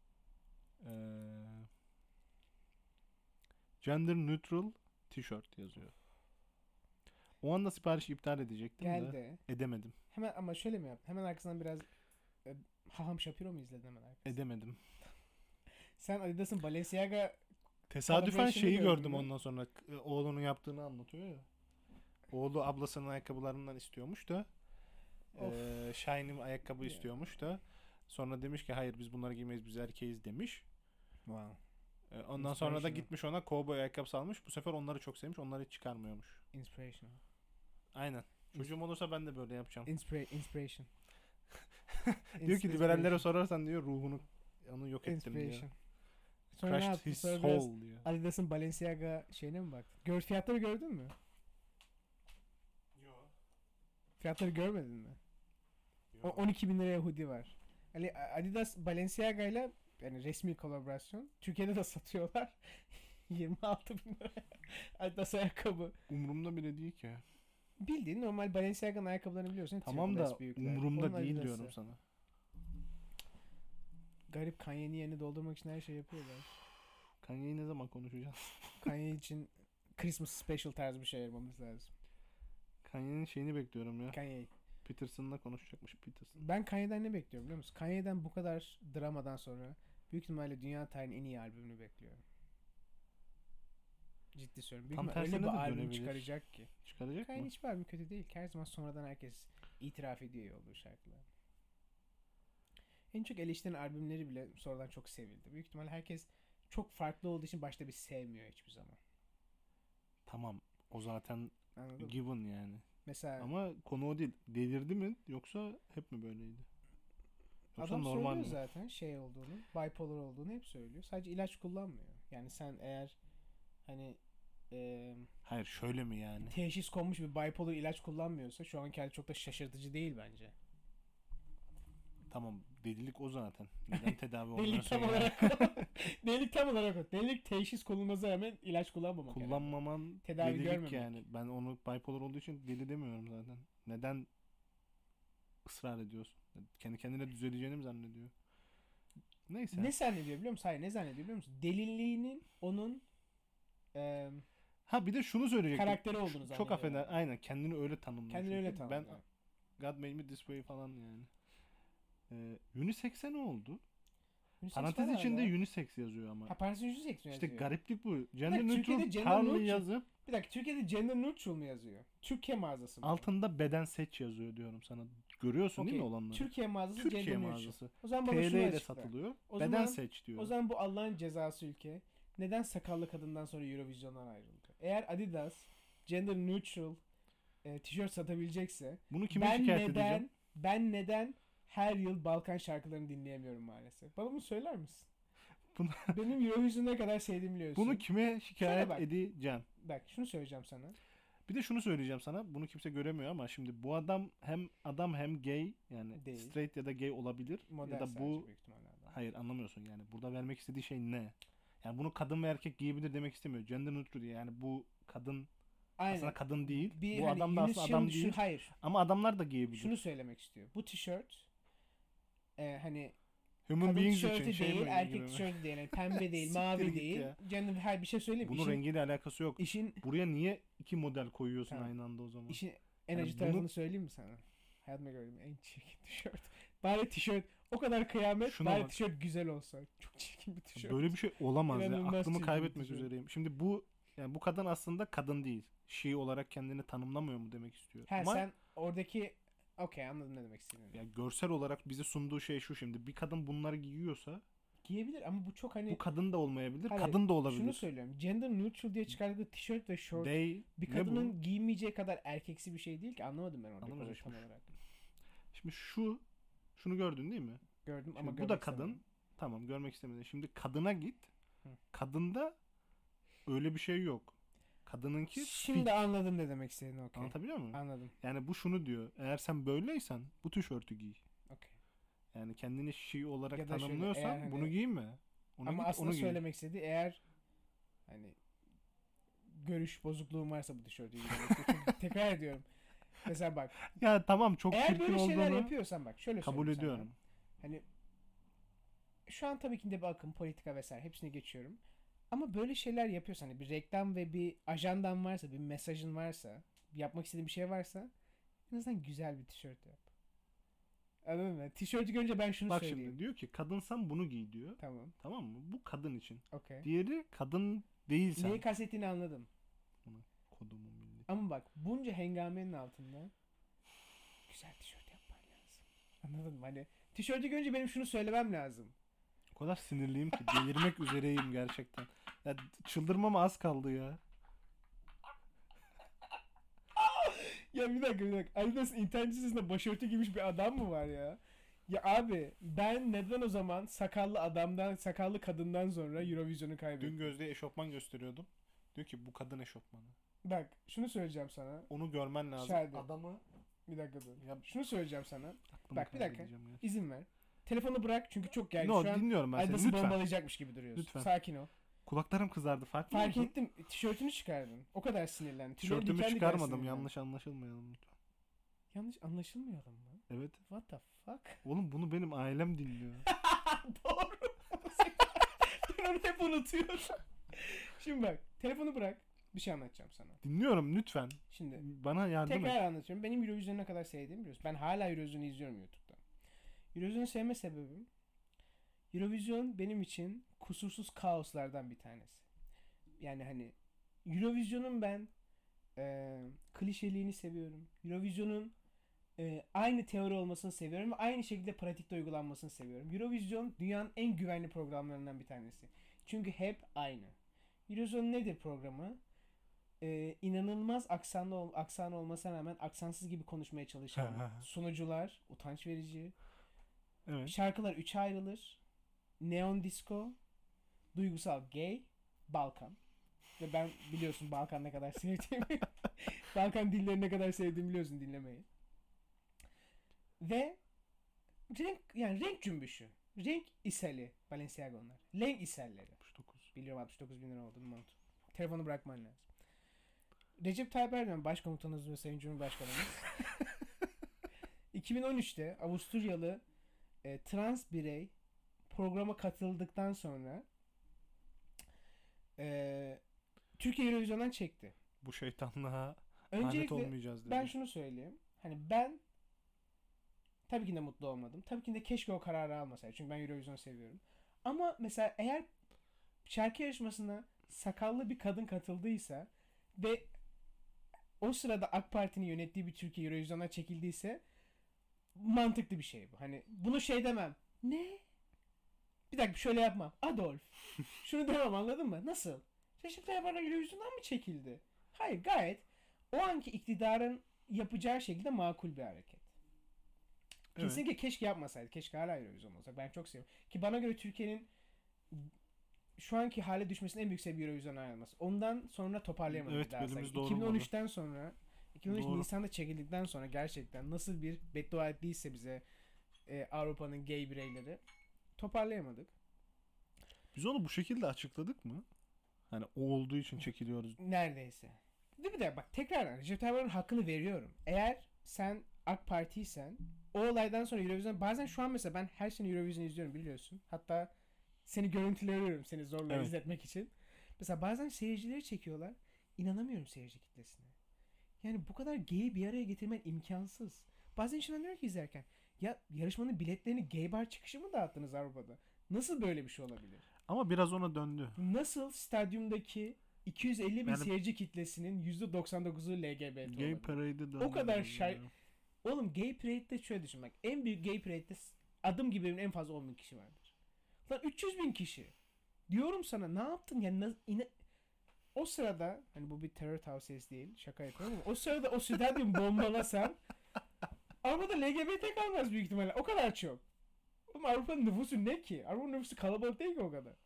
Gender neutral tişört yazıyor. O anda siparişi iptal edecektim de Geldi. edemedim. Hemen ama şöyle mi yaptın? Hemen arkasından biraz Haham Shapiro mu izledin hemen arkasından? Edemedim. Sen Adidas'ın Balenciaga Tesadüfen Collaboration'ı şeyi gördün gördüm mü? ondan sonra. Oğlunun yaptığını anlatıyor ya. Oğlu ablasının ayakkabılarından istiyormuş da Shine'in ayakkabı istiyormuş da sonra demiş ki hayır biz bunları giymeyiz, biz erkeğiz demiş. Wow. Ondan sonra da Inspirational. gitmiş ona cowboy ayakkabısı almış. Bu sefer onları çok sevmiş. Onları hiç çıkarmıyormuş. Inspirational. Aynen. Çocuğum olursa ben de böyle yapacağım. Inspiration. Diyor ki liberallere sorarsan diyor ruhunu onu yok ettim diyor. Inspiration. Sonra ne Crushed yaptın? his Sonra biraz soul diyor. Adidas'ın Balenciaga şeyine mi baktın? Fiyatları gördün mü? Yok. Fiyatları görmedin mi? 12 bin liraya hoodie var. Yani Adidas Balenciaga ile yani resmi kolaborasyon. Türkiye'de de satıyorlar. 26 bin lira. Adidas ayakkabı. Umurumda bile değil ki. Bildiğin normal Balenciaga'nın ayakkabılarını biliyorsun. Tamam da büyükler. umurumda Onun değil Adidas'ı. diyorum sana. Garip, Kanye'nin yerini doldurmak için her şey yapıyorlar. Kanye'yi ne zaman konuşacağız? Kanye için Christmas special tarzı bir şey ayırmamız lazım. Kanye'nin şeyini bekliyorum ya. Kanye. Peterson'la konuşacakmış Peterson. Ben Kanye'den ne bekliyorum biliyor musun? Kanye'den bu kadar dramadan sonra büyük ihtimalle dünya tarihinin en iyi albümünü bekliyorum. Ciddi söylüyorum. Büyük Tam ihtimalle öyle tersine bir de albüm dönebilir. çıkaracak ki. Çıkaracak Kanye'nin mı? hiçbir albüm kötü değil. Her zaman sonradan herkes itiraf ediyor iyi olduğu şarkılar. En çok eleştirilen albümleri bile sonradan çok sevildi. Büyük ihtimalle herkes çok farklı olduğu için başta bir sevmiyor hiçbir zaman. Tamam. O zaten Anladın mı? given yani. Mesela Ama konu o değil. Delirdi mi yoksa hep mi böyleydi? Yoksa adam normal söylüyor mi? zaten şey olduğunu, bipolar olduğunu hep söylüyor. Sadece ilaç kullanmıyor. Yani sen eğer hani Hayır şöyle mi yani? teşhis konmuş bir bipolar ilaç kullanmıyorsa şu anki hali çok da şaşırtıcı değil bence. Tamam delilik o zaten. Neden tedavi olmuyorsa Delilik tam ya? olarak delilik tam olarak o. Delilik teşhis konulmasına rağmen ilaç kullanmamak. Kullanmaman Tedavi delilik görmemek. yani. Ben onu bipolar olduğu için deli demiyorum zaten. Neden ısrar ediyorsun? Kendi kendine düzeleceğini mi zannediyor? Neyse. Ne zannediyor biliyor musun? Hayır, ne zannediyor biliyor musun? Deliliğinin onun Ha bir de şunu söyleyecektim. karakteri olduğunu zannediyor. Çok affeder. Aynen kendini öyle tanımlıyor. Kendini öyle çünkü. tanımlıyor. Ben God made me this way falan yani. Unisex'e ne oldu? Unisex Parantez var içinde hala. unisex yazıyor ama. Ha, parantez unisex mi İşte yazıyor? gariplik bu. dakika, Gender Türkiye'de neutral gender parlı neutral. yazıp Bir dakika, Türkiye'de gender neutral mu yazıyor? Türkiye mağazası mı? altında beden seç yazıyor diyorum sana. Görüyorsun değil mi Okey, olanları? Türkiye mağazası Türkiye gender neutral. mağazası. O zaman bana TL şunu ile açıkla. satılıyor. O Beden zaman- seç diyor. O zaman bu Allah'ın cezası ülke neden sakallı kadından sonra Eurovision'dan ayrıldı? Eğer Adidas gender neutral tişört satabilecekse Bunu kime şikayet edeceğim? ben neden her yıl Balkan şarkılarını dinleyemiyorum maalesef? Bana bunu söyler misin? Bunu- Benim Eurovision'u ne kadar sevdiğimi biliyorsun. Bunu kime şikayet bak. edeceğim? Bak şunu söyleyeceğim sana. Bir de şunu söyleyeceğim sana. Bunu kimse göremiyor ama şimdi bu adam hem gay yani Değil. straight ya da gay olabilir Model ya da sadece bu büyük ihtimalle adam. hayır anlamıyorsun yani. Burada vermek istediği şey ne? Yani bunu kadın ve erkek giyebilir demek istemiyor. Gender neutral diye. Yani bu kadın Aynen. aslında kadın değil. Bir Bu hani adam da Yunus aslında adam Şen'in değil. hayır. Ama adamlar da giyebilir. Şunu söylemek istiyor. Bu tişört hani Human kadın beings için tişörtü şey değil, mi erkek gibi mi? tişörtü değil. Yani pembe değil, Siktir mavi git değil. ya. Canım her bir şey söyleyeyim. Bunun rengiyle alakası yok. İşin Buraya niye iki model koyuyorsun Tamam. aynı anda o zaman? işin en Yani acı bunu- tarafını söyleyeyim mi sana? Hayatımda gördüğüm en çirkin tişört. Bari tişört o kadar kıyamet, Şuna bari bak. tişört güzel olsa. Çok çirkin bir tişört. Böyle bir şey olamaz ya. İnanılmaz Aklımı çirkin bir kaybetmek tişört. üzereyim. Şimdi bu yani bu kadın aslında kadın değil. She olarak kendini tanımlamıyor mu demek istiyor. Ha Ama sen oradaki okey anladım ne demek istediğini. ya görsel olarak bize sunduğu şey şu şimdi. Bir kadın bunları giyiyorsa Giyebilir ama bu çok hani bu kadın da olmayabilir, Hayır, kadın da olabilir. şunu söylüyorum. Gender neutral diye çıkardığı tişört ve şort They bir ne bu? kadının giymeyeceği kadar erkeksi bir şey değil ki. Anlamadım ben oradaki Anlamadım olayı tam şimdi. olarak. Şimdi şunu gördün değil mi? Gördüm Şimdi ama bu görmek da kadın. istemedim. Tamam görmek istemedin. Şimdi kadına git. Hı. Kadında öyle bir şey yok. Kadınınki Şimdi fit. anladım ne demek istediğini okey. Anlatabiliyor muyum? Anladım. Yani bu şunu diyor. Eğer sen böyleysen bu tişörtü giy. Okey. Yani kendini şey olarak Ya da şöyle, tanımlıyorsan eğer hani- bunu giyme. Ona Ama git aslında onu giy. söylemek istediği eğer hani görüş bozukluğum varsa bu tişörtü giymek. Çok tekrar ediyorum. Mesela bak. Ya tamam çok Eğer çirkin böyle şeyler olduğunu yapıyorsan bak şöyle kabul söyleyeyim sana. ediyorum. Hani şu an tabii ki de bir akım, politika vesaire hepsini geçiyorum. Ama böyle şeyler yapıyorsan hani bir reklam ve bir ajandan varsa, bir mesajın varsa, yapmak istediğin bir şey varsa en azından güzel bir tişört yap. Anladın mı? Tişörtü görünce ben şunu Bak söyleyeyim. şimdi diyor ki kadınsan bunu giy diyor. Tamam. Tamam mı? Bu kadın için. Okey. Diğeri kadın değilsen. Neyi kastettiğini anladım. Kodumun milli. Ama bak bunca hengamenin altında güzel tişört yapman lazım. Anladın mı? Hani tişörtü görünce benim şunu söylemem lazım. O kadar sinirliyim ki delirmek üzereyim gerçekten. Ya çıldırmama az kaldı ya. Ya bir dakika. Adidas internet sitesinde başörtü giymiş bir adam mı var ya? Ya abi ben neden o zaman sakallı kadından sonra Eurovision'u Dün kaybettim? Gözde'ye eşofman gösteriyordum. Diyor ki bu kadın eşofmanı. Bak şunu söyleyeceğim sana. Onu görmen lazım. Şahane. Adamı Bir dakika dur. ya Şunu söyleyeceğim sana. aklımı Bak, bir dakika. kaybedeceğim ya. İzin ver. Telefonu bırak çünkü çok gergin. No, Şu an dinliyorum ben seni. Adidas'ı Lütfen. bombalayacakmış gibi duruyorsun. Lütfen. Sakin ol. Kulaklarım kızardı. Fark Fark ettim. Tişörtünü çıkardın. O kadar sinirlendin. Tüylerin Tişörtümü diken diken çıkarmadım. sinirlendin. Yanlış anlaşılmayalım lütfen. Yanlış anlaşılmayalım mı? Evet. What the fuck? Oğlum bunu benim ailem dinliyor. Doğru. Ben onu hep unutuyorum. Şimdi bak. Telefonu bırak. Bir şey anlatacağım sana. Dinliyorum lütfen. Şimdi Bana yardım tekrar et. anlatıyorum. Benim Eurovision'u ne kadar sevdiğimi biliyorsun. Ben hala Eurovision'u izliyorum YouTube'da. Eurovision'u sevme sebebim Eurovision benim için kusursuz kaoslardan bir tanesi. Yani hani Eurovision'un ben klişeliğini seviyorum. Eurovision'un aynı teori olmasını seviyorum ve aynı şekilde pratikte uygulanmasını seviyorum. Eurovision dünyanın en güvenli programlarından bir tanesi. Çünkü hep aynı. Eurovision nedir programı? İnanılmaz aksanı olmasına rağmen aksansız gibi konuşmaya çalışan sunucular, utanç verici. Evet. Şarkılar 3'e ayrılır. Neon disco, duygusal gay, Balkan. Ve ben biliyorsun Balkan ne kadar sevdiğimi. Balkan dillerini ne kadar sevdiğimi biliyorsun dinlemeyi. Ve renk cümbüşü. Renk ishali. Balenciaga onlar. Renk ishalleri. 69. Biliyorum 69 bin lira olduğunu unut. Telefonu bırakman lazım. Recep Tayyip Erdoğan Başkomutanımız ve Sayın Cumhurbaşkanımız 2013'te Avusturyalı trans birey programa katıldıktan sonra Türkiye Eurovision'dan çekti. Bu şeytanlığa alet Öncelikle olmayacağız dedi. ben şunu söyleyeyim. Hani ben tabii ki de mutlu olmadım. Tabii ki de keşke o kararı almasaydı. Çünkü ben Eurovision'u seviyorum. Ama mesela eğer şarkı yarışmasına sakallı bir kadın katıldıysa ve o sırada AK Parti'nin yönettiği bir Türkiye Eurovision'a çekildiyse mantıklı bir şey bu. Hani bunu şey demem. Ne? Bir dakika şöyle yapmam. Adolf. Şunu demem anladın mı? Nasıl? Recep Tayyip Erdoğan Eurovision'dan mı çekildi? Hayır gayet o anki iktidarın yapacağı şekilde makul bir hareket. Evet. Kesinlikle keşke yapmasaydı. Keşke hala Eurovision olsak. Ben çok seviyorum. Ki bana göre Türkiye'nin şu anki hale düşmesinin en büyük sebebi Eurovision'a ayrılması. Ondan sonra toparlayamadık. Evet, daha bölümümüz sayı. doğru 2013'ten sonra 2013 Doğru. Nisan'da çekildikten sonra gerçekten nasıl bir beddua ettiyse bize Avrupa'nın gay bireyleri toparlayamadık. Biz onu bu şekilde açıkladık mı? Hani o olduğu için çekiliyoruz. Neredeyse. Değil mi de bak tekrar Recep Tayyip Erdoğan'ın hakkını veriyorum. Eğer sen AK Parti'ysen o olaydan sonra Eurovision bazen şu an mesela ben her sene Eurovision izliyorum biliyorsun. Hatta seni görüntülüyorum seni zorla Evet. izletmek için. Mesela bazen seyircileri çekiyorlar. İnanamıyorum seyirci kitlesine. Yani bu kadar gay'i bir araya getirmen imkansız. Bazen düşünüyorum ki izlerken ya yarışmanın biletlerini gay bar çıkışı mı dağıttınız Avrupa'da? Nasıl böyle bir şey olabilir? Ama biraz ona döndü. Nasıl stadyumdaki 250 bin Yani- seyirci kitlesinin %99'u LGBT Gay olabilir? Parade'e döndü. O kadar biraz şey- ya. Oğlum Gay Parade'de şöyle düşün bak. En büyük Gay Parade'de adım gibi en fazla 10 bin kişi vardır. Lan 300 bin kişi. Diyorum sana ne yaptın yani o sırada hani bu bir terör tavsiyesi değil şaka yapıyorum ama o sırada o stadyum bombalasan Avrupa'da LGBT kalmaz büyük ihtimalle o kadar çok. Oğlum Avrupa'nın nüfusu ne ki? Avrupa'nın nüfusu kalabalık değil ki o kadar.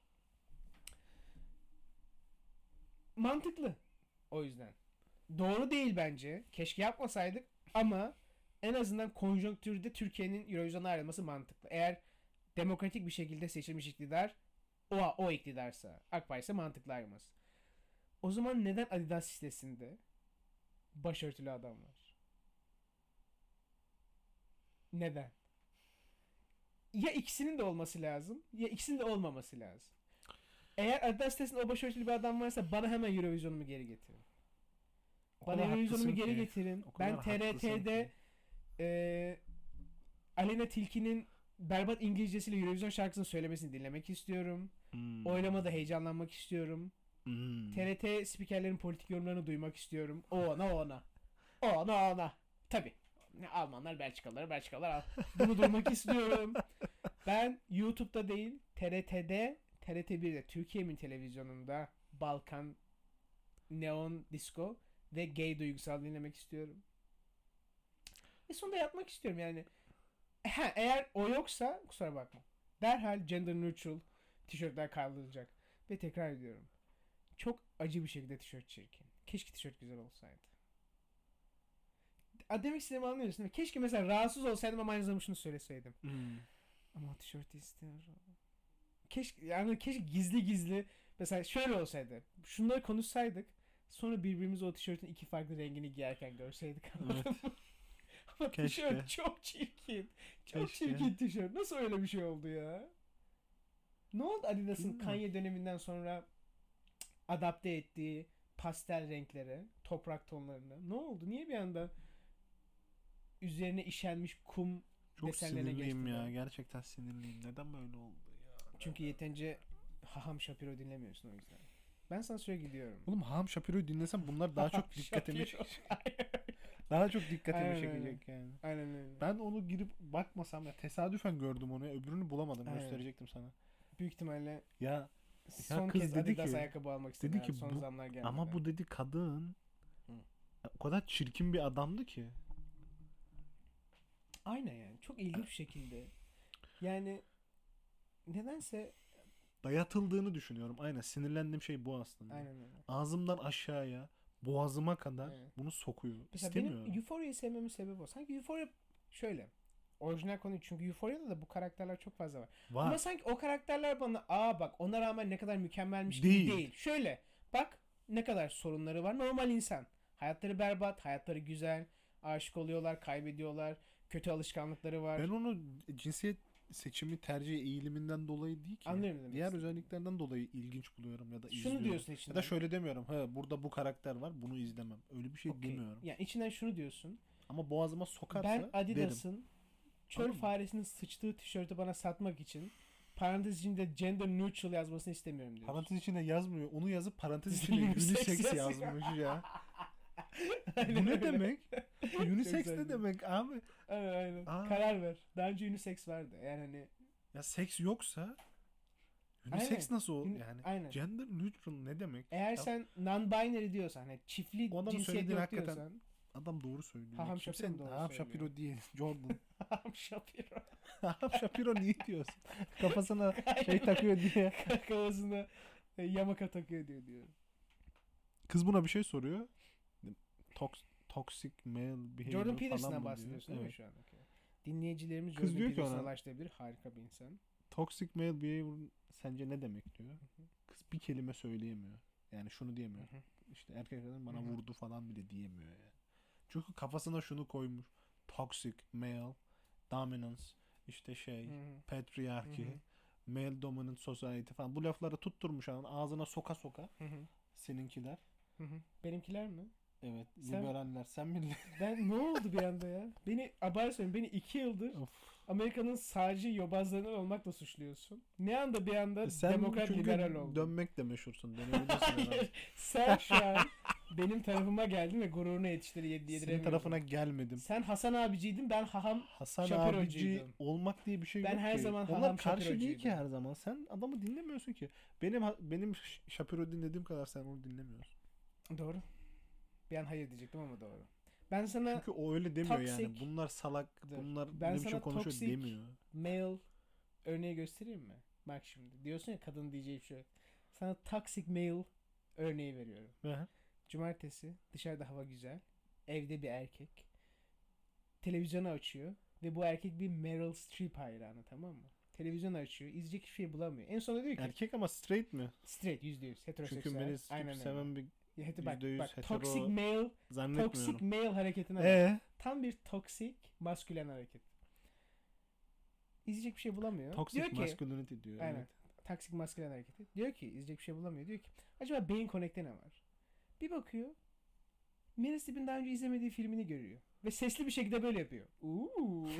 Mantıklı. O yüzden. Doğru değil bence. Keşke yapmasaydık ama en azından konjonktürde Türkiye'nin Eurovision'a ayrılması mantıklı. Eğer demokratik bir şekilde seçilmiş iktidar o iktidarsa AK Parti ise mantıklı ayrılması. O zaman neden Adidas sitesinde başörtülü adam var? Neden? Ya ikisinin de olması lazım ya ikisinin de olmaması lazım. Eğer Adidas sitesinde o başörtülü bir adam varsa bana hemen Eurovision'umu geri getirin. O Bana kadar Eurovision'umu haklısın geri ki. getirin. O kadar Ben haklısın TRT'de ki. Aleyna Tilki'nin berbat İngilizcesiyle Eurovision şarkısını söylemesini dinlemek istiyorum. Oylamada heyecanlanmak istiyorum. TRT spikerlerin politik yorumlarını duymak istiyorum. O ona. O ona. Tabii. Almanlar Belçikalılar. Bunu duymak istiyorum. Ben YouTube'da değil TRT'de TRT1'de Türkiye'min televizyonunda Balkan, Neon Disco ve Gay duygusal dinlemek istiyorum. Ve sonunda yatmak istiyorum yani. Eğer o yoksa kusura bakma. Derhal gender neutral tişörtler kaldırılacak. Ve tekrar ediyorum. Çok acı bir şekilde tişört çirkin. Keşke tişört güzel olsaydı. Demek istediğimi anlıyorsun değil mi? Keşke mesela rahatsız olsaydım ama aynı zamanda şunu söyleseydim. Ama o tişörtü istiyorum. Keşke gizli mesela şöyle olsaydı. Şunları konuşsaydık. Sonra birbirimizi o tişörtün iki farklı rengini giyerken görseydik. Evet. Ama Keşke. tişört çok çirkin. Çok Keşke. çirkin tişört. Nasıl öyle bir şey oldu ya? Ne oldu Adidas'ın Bilmiyorum. Kanye döneminden sonra adapte ettiği pastel renklere, toprak tonlarına? Ne oldu? Niye bir anda üzerine işenmiş kum Çok desenlerine sinirliyim geçtiler? ya. Gerçekten sinirliyim. Neden böyle oldu ya? Çünkü yeterince Haham Shapiro dinlemiyorsun o yüzden. Ben sana sürekli gidiyorum. Oğlum Ham Shapiro'yu dinlesem bunlar daha çok dikkatimi daha çok dikkatimi Aynen çekecek yani. Aynen öyle. Ben onu girip bakmasam ya tesadüfen gördüm onu ya. Öbürünü bulamadım. Aynen. Gösterecektim sana. Büyük ihtimalle Ya son kız kez dedi Adidas ki- ayakkabı almak istedim. dedi ki son bu- zamlar gelmeden. ama bu dedi kadın Hı. o kadar çirkin bir adamdı ki. Aynen yani. Çok ilginç bir şekilde. Yani nedense Dayatıldığını düşünüyorum. Aynen sinirlendiğim şey bu aslında. aynen öyle. Ağzımdan aşağıya boğazıma kadar Evet. bunu sokuyor. Mesela İstemiyorum. benim Euphoria'yı sevmemin sebebi o. Sanki Euphoria şöyle. Orijinal konu çünkü Euphoria'da da bu karakterler çok fazla var. Var. Ama sanki o karakterler bana bak ona rağmen ne kadar mükemmelmiş Değil. gibi değil. Şöyle bak ne kadar sorunları var. Normal insan. Hayatları berbat, hayatları güzel. Aşık oluyorlar, kaybediyorlar. Kötü alışkanlıkları var. Ben onu cinsiyet seçimi tercih eğiliminden dolayı değil ki. Anlıyorum demek Diğer istediğini. özelliklerden dolayı ilginç buluyorum ya da Şunu izliyorum. diyorsun Ya içinden. da şöyle demiyorum. Ha burada bu karakter var. Bunu izlemem. Öyle bir şey Okey. demiyorum. Yani içinden şunu diyorsun. Ama boğazıma sokarsa Ben derim. Adidas'ın çöl Anladın mı? faresinin sıçtığı tişörtü bana satmak için parantez içinde gender neutral yazmasını istemiyorum diyorsun. Parantez içinde yazmıyor. Onu yazıp parantez Üstüne içinde unisex unisex yazıyor. yazmış ya. Aynen Bu ne öyle. demek? Unisex güzel. ne demek abi? Aynen. Aa. Karar ver. Daha önce unisex vardı. Yani hani Ya seks yoksa unisex Aynen. nasıl ol yani? aynen. Gender neutral ne demek? Eğer Ya sen non-binary diyorsan hani çiftli O adamın cinsiyet söylediğini yok hakikaten diyorsan adam doğru söylüyor. Haham Kimse- Shapiro mu doğru Haham söylüyor? Shapiro değil. Jordan. Haham Shapiro. Haham Shapiro niye diyorsun? Kafasına şey takıyor diye. Kafasına yamaka takıyor diyor. Kız buna bir şey soruyor. Toxic male behavior Jordan falan Peterson'dan mı diyor? bahsediyorsun değil mi Evet. şu an? Okay. Dinleyicilerimiz Kız Jordan diyor ki Peterson'a ona- ulaştırabilir. Harika bir insan. Toxic male behavior sence ne demek diyor. Kız bir kelime söyleyemiyor. Yani şunu diyemiyor. İşte erkek adam bana vurdu falan bile diyemiyor yani. Çünkü kafasına şunu koymuş. Toxic male dominance, işte patriarchy, male dominant society falan. Bu lafları tutturmuş adam. Ağzına soka soka. Seninkiler. Benimkiler mi? Evet. Sen- Liberaller. Sen mi? Ben ne oldu bir anda ya? Beni abar söyleyeyim. Beni 2 yıldır Of. Amerika'nın sağcı yobazlarından olmakla suçluyorsun. Ne anda bir anda Sen demokrat çünkü liberal oldun. dönmekle meşhursun. Dönebilirsin herhalde. Hayır. Sen şu an benim tarafıma geldin ve gururuna yediremiyorsun. Senin tarafına gelmedim. Sen Hasan abiciydin, ben haham Hasan Şapirocuydum. abici olmak diye bir şey Ben yok her ki. zaman Onlar Haham karşı değil ki Şapirocuydum. her zaman. Sen adamı dinlemiyorsun ki. Benim Shapiro dinlediğim kadar sen onu dinlemiyorsun. Doğru. Bir an hayır diyecektim ama doğru. Ben sana Çünkü o öyle demiyor yani. toxic- Bunlar salak, Dur. bunlar Ben ne biçim sana konuşuyor toxic- demiyor. male örneği göstereyim mi? Bak şimdi. Diyorsun ya kadın diyeceği bir şey yok. Sana toxic male örneği veriyorum. Cumartesi dışarıda hava güzel. Evde bir erkek. Televizyonu açıyor. Ve bu erkek bir Meryl Streep hayranı, tamam mı? Televizyonu açıyor. İzleyecek hiçbir şey bulamıyor. En sonunda diyor ki Erkek ama straight mi? straight %100 heteroseksüel. Çünkü Meryl Streep Aynen öyle. seven bir Bak, %100 bak, hetero toxic male zannetmiyorum. hareketine bak. Tam bir toksik maskülen hareket. İzleyecek bir şey bulamıyor. Toxic diyor ki, masculinity diyor. aynen. Evet. Toksik maskülen hareketi. Diyor ki izleyecek bir şey bulamıyor. Diyor ki acaba Beyin Connect'te ne var? Bir bakıyor. Meryl Streep'in daha önce izlemediği filmini görüyor. Ve sesli bir şekilde böyle yapıyor. Uuu.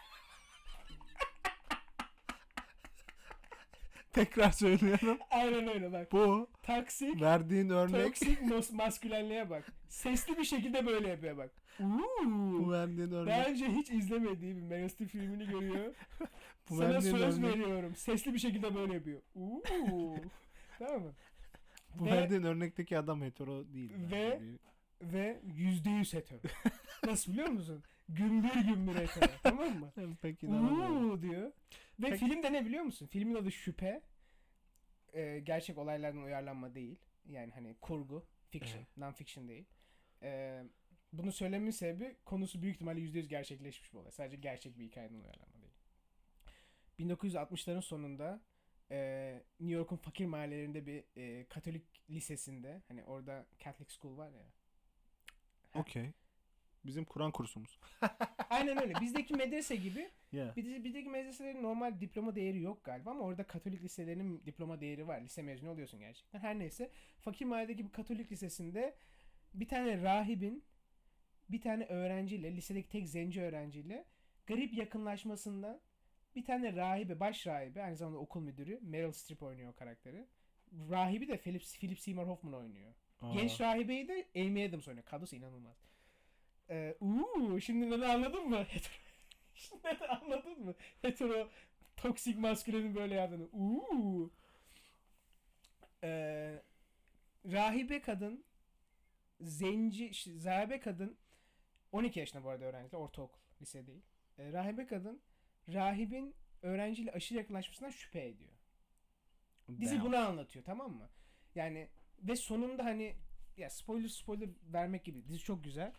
Tekrar söylüyorum. Aynen öyle bak. Bu Toksik verdiğin örnek maskülenliğe bak. Sesli bir şekilde böyle yapıyor bak. bu verdiğin örnek Daha önce hiç izlemediği bir Meryl Streep filmini görüyor. bu Sana verdiğin söz örnek veriyorum. Sesli bir şekilde böyle yapıyor. Tamam mı? bu Ve- verdiğin örnekteki adam hetero değil. Ve- bence. Ve %100 hetero. Nasıl biliyor musun? Gümbür gümbür hetero. Tamam mı? Pek inanamıyorum. Diyor. Ve Peki- film de ne biliyor musun? Filmin adı Şüphe. Gerçek olaylardan uyarlanma değil. Yani hani kurgu. Fiction. Non-fiction değil. Bunu söylememin sebebi konusu büyük ihtimalle %100 gerçekleşmiş bir olay. Sadece gerçek bir hikayeden uyarlanma değil. 1960'ların sonunda New York'un fakir mahallelerinde bir Katolik lisesinde, hani orada Catholic School var ya. Okey. Bizim Kur'an kursumuz. Aynen öyle. Bizdeki medrese gibi. Yeah. Bizdeki medreselerin normal diploma değeri yok galiba ama orada Katolik liselerinin diploma değeri var. Lise mezunu oluyorsun gerçekten. Her neyse. Fakir mahalledeki bir Katolik lisesinde bir tane rahibin bir tane öğrenciyle, lisedeki tek zenci öğrenciyle garip yakınlaşmasından bir tane rahibe, baş rahibe, aynı zamanda okul müdürü, Meryl Streep oynuyor o karakteri. Rahibi de Philip Seymour Hoffman oynuyor. Aa. Genç rahibeyi de Amy Adams oynuyor. Kadrosu inanılmaz. Şimdi neden anladın mı? Şimdi neden anladın mı? Hetero toksik maskülenin böyle yaptığını. Rahibe kadın, rahibe kadın 12 yaşında bu arada öğrenciler, ortaokul, lise değil. Rahibe kadın rahibin öğrenciyle aşırı yakınlaşmasından şüphe ediyor. Dizi Damn. bunu anlatıyor, tamam mı? Yani ve sonunda hani ya spoiler vermek gibi, dizi çok güzel.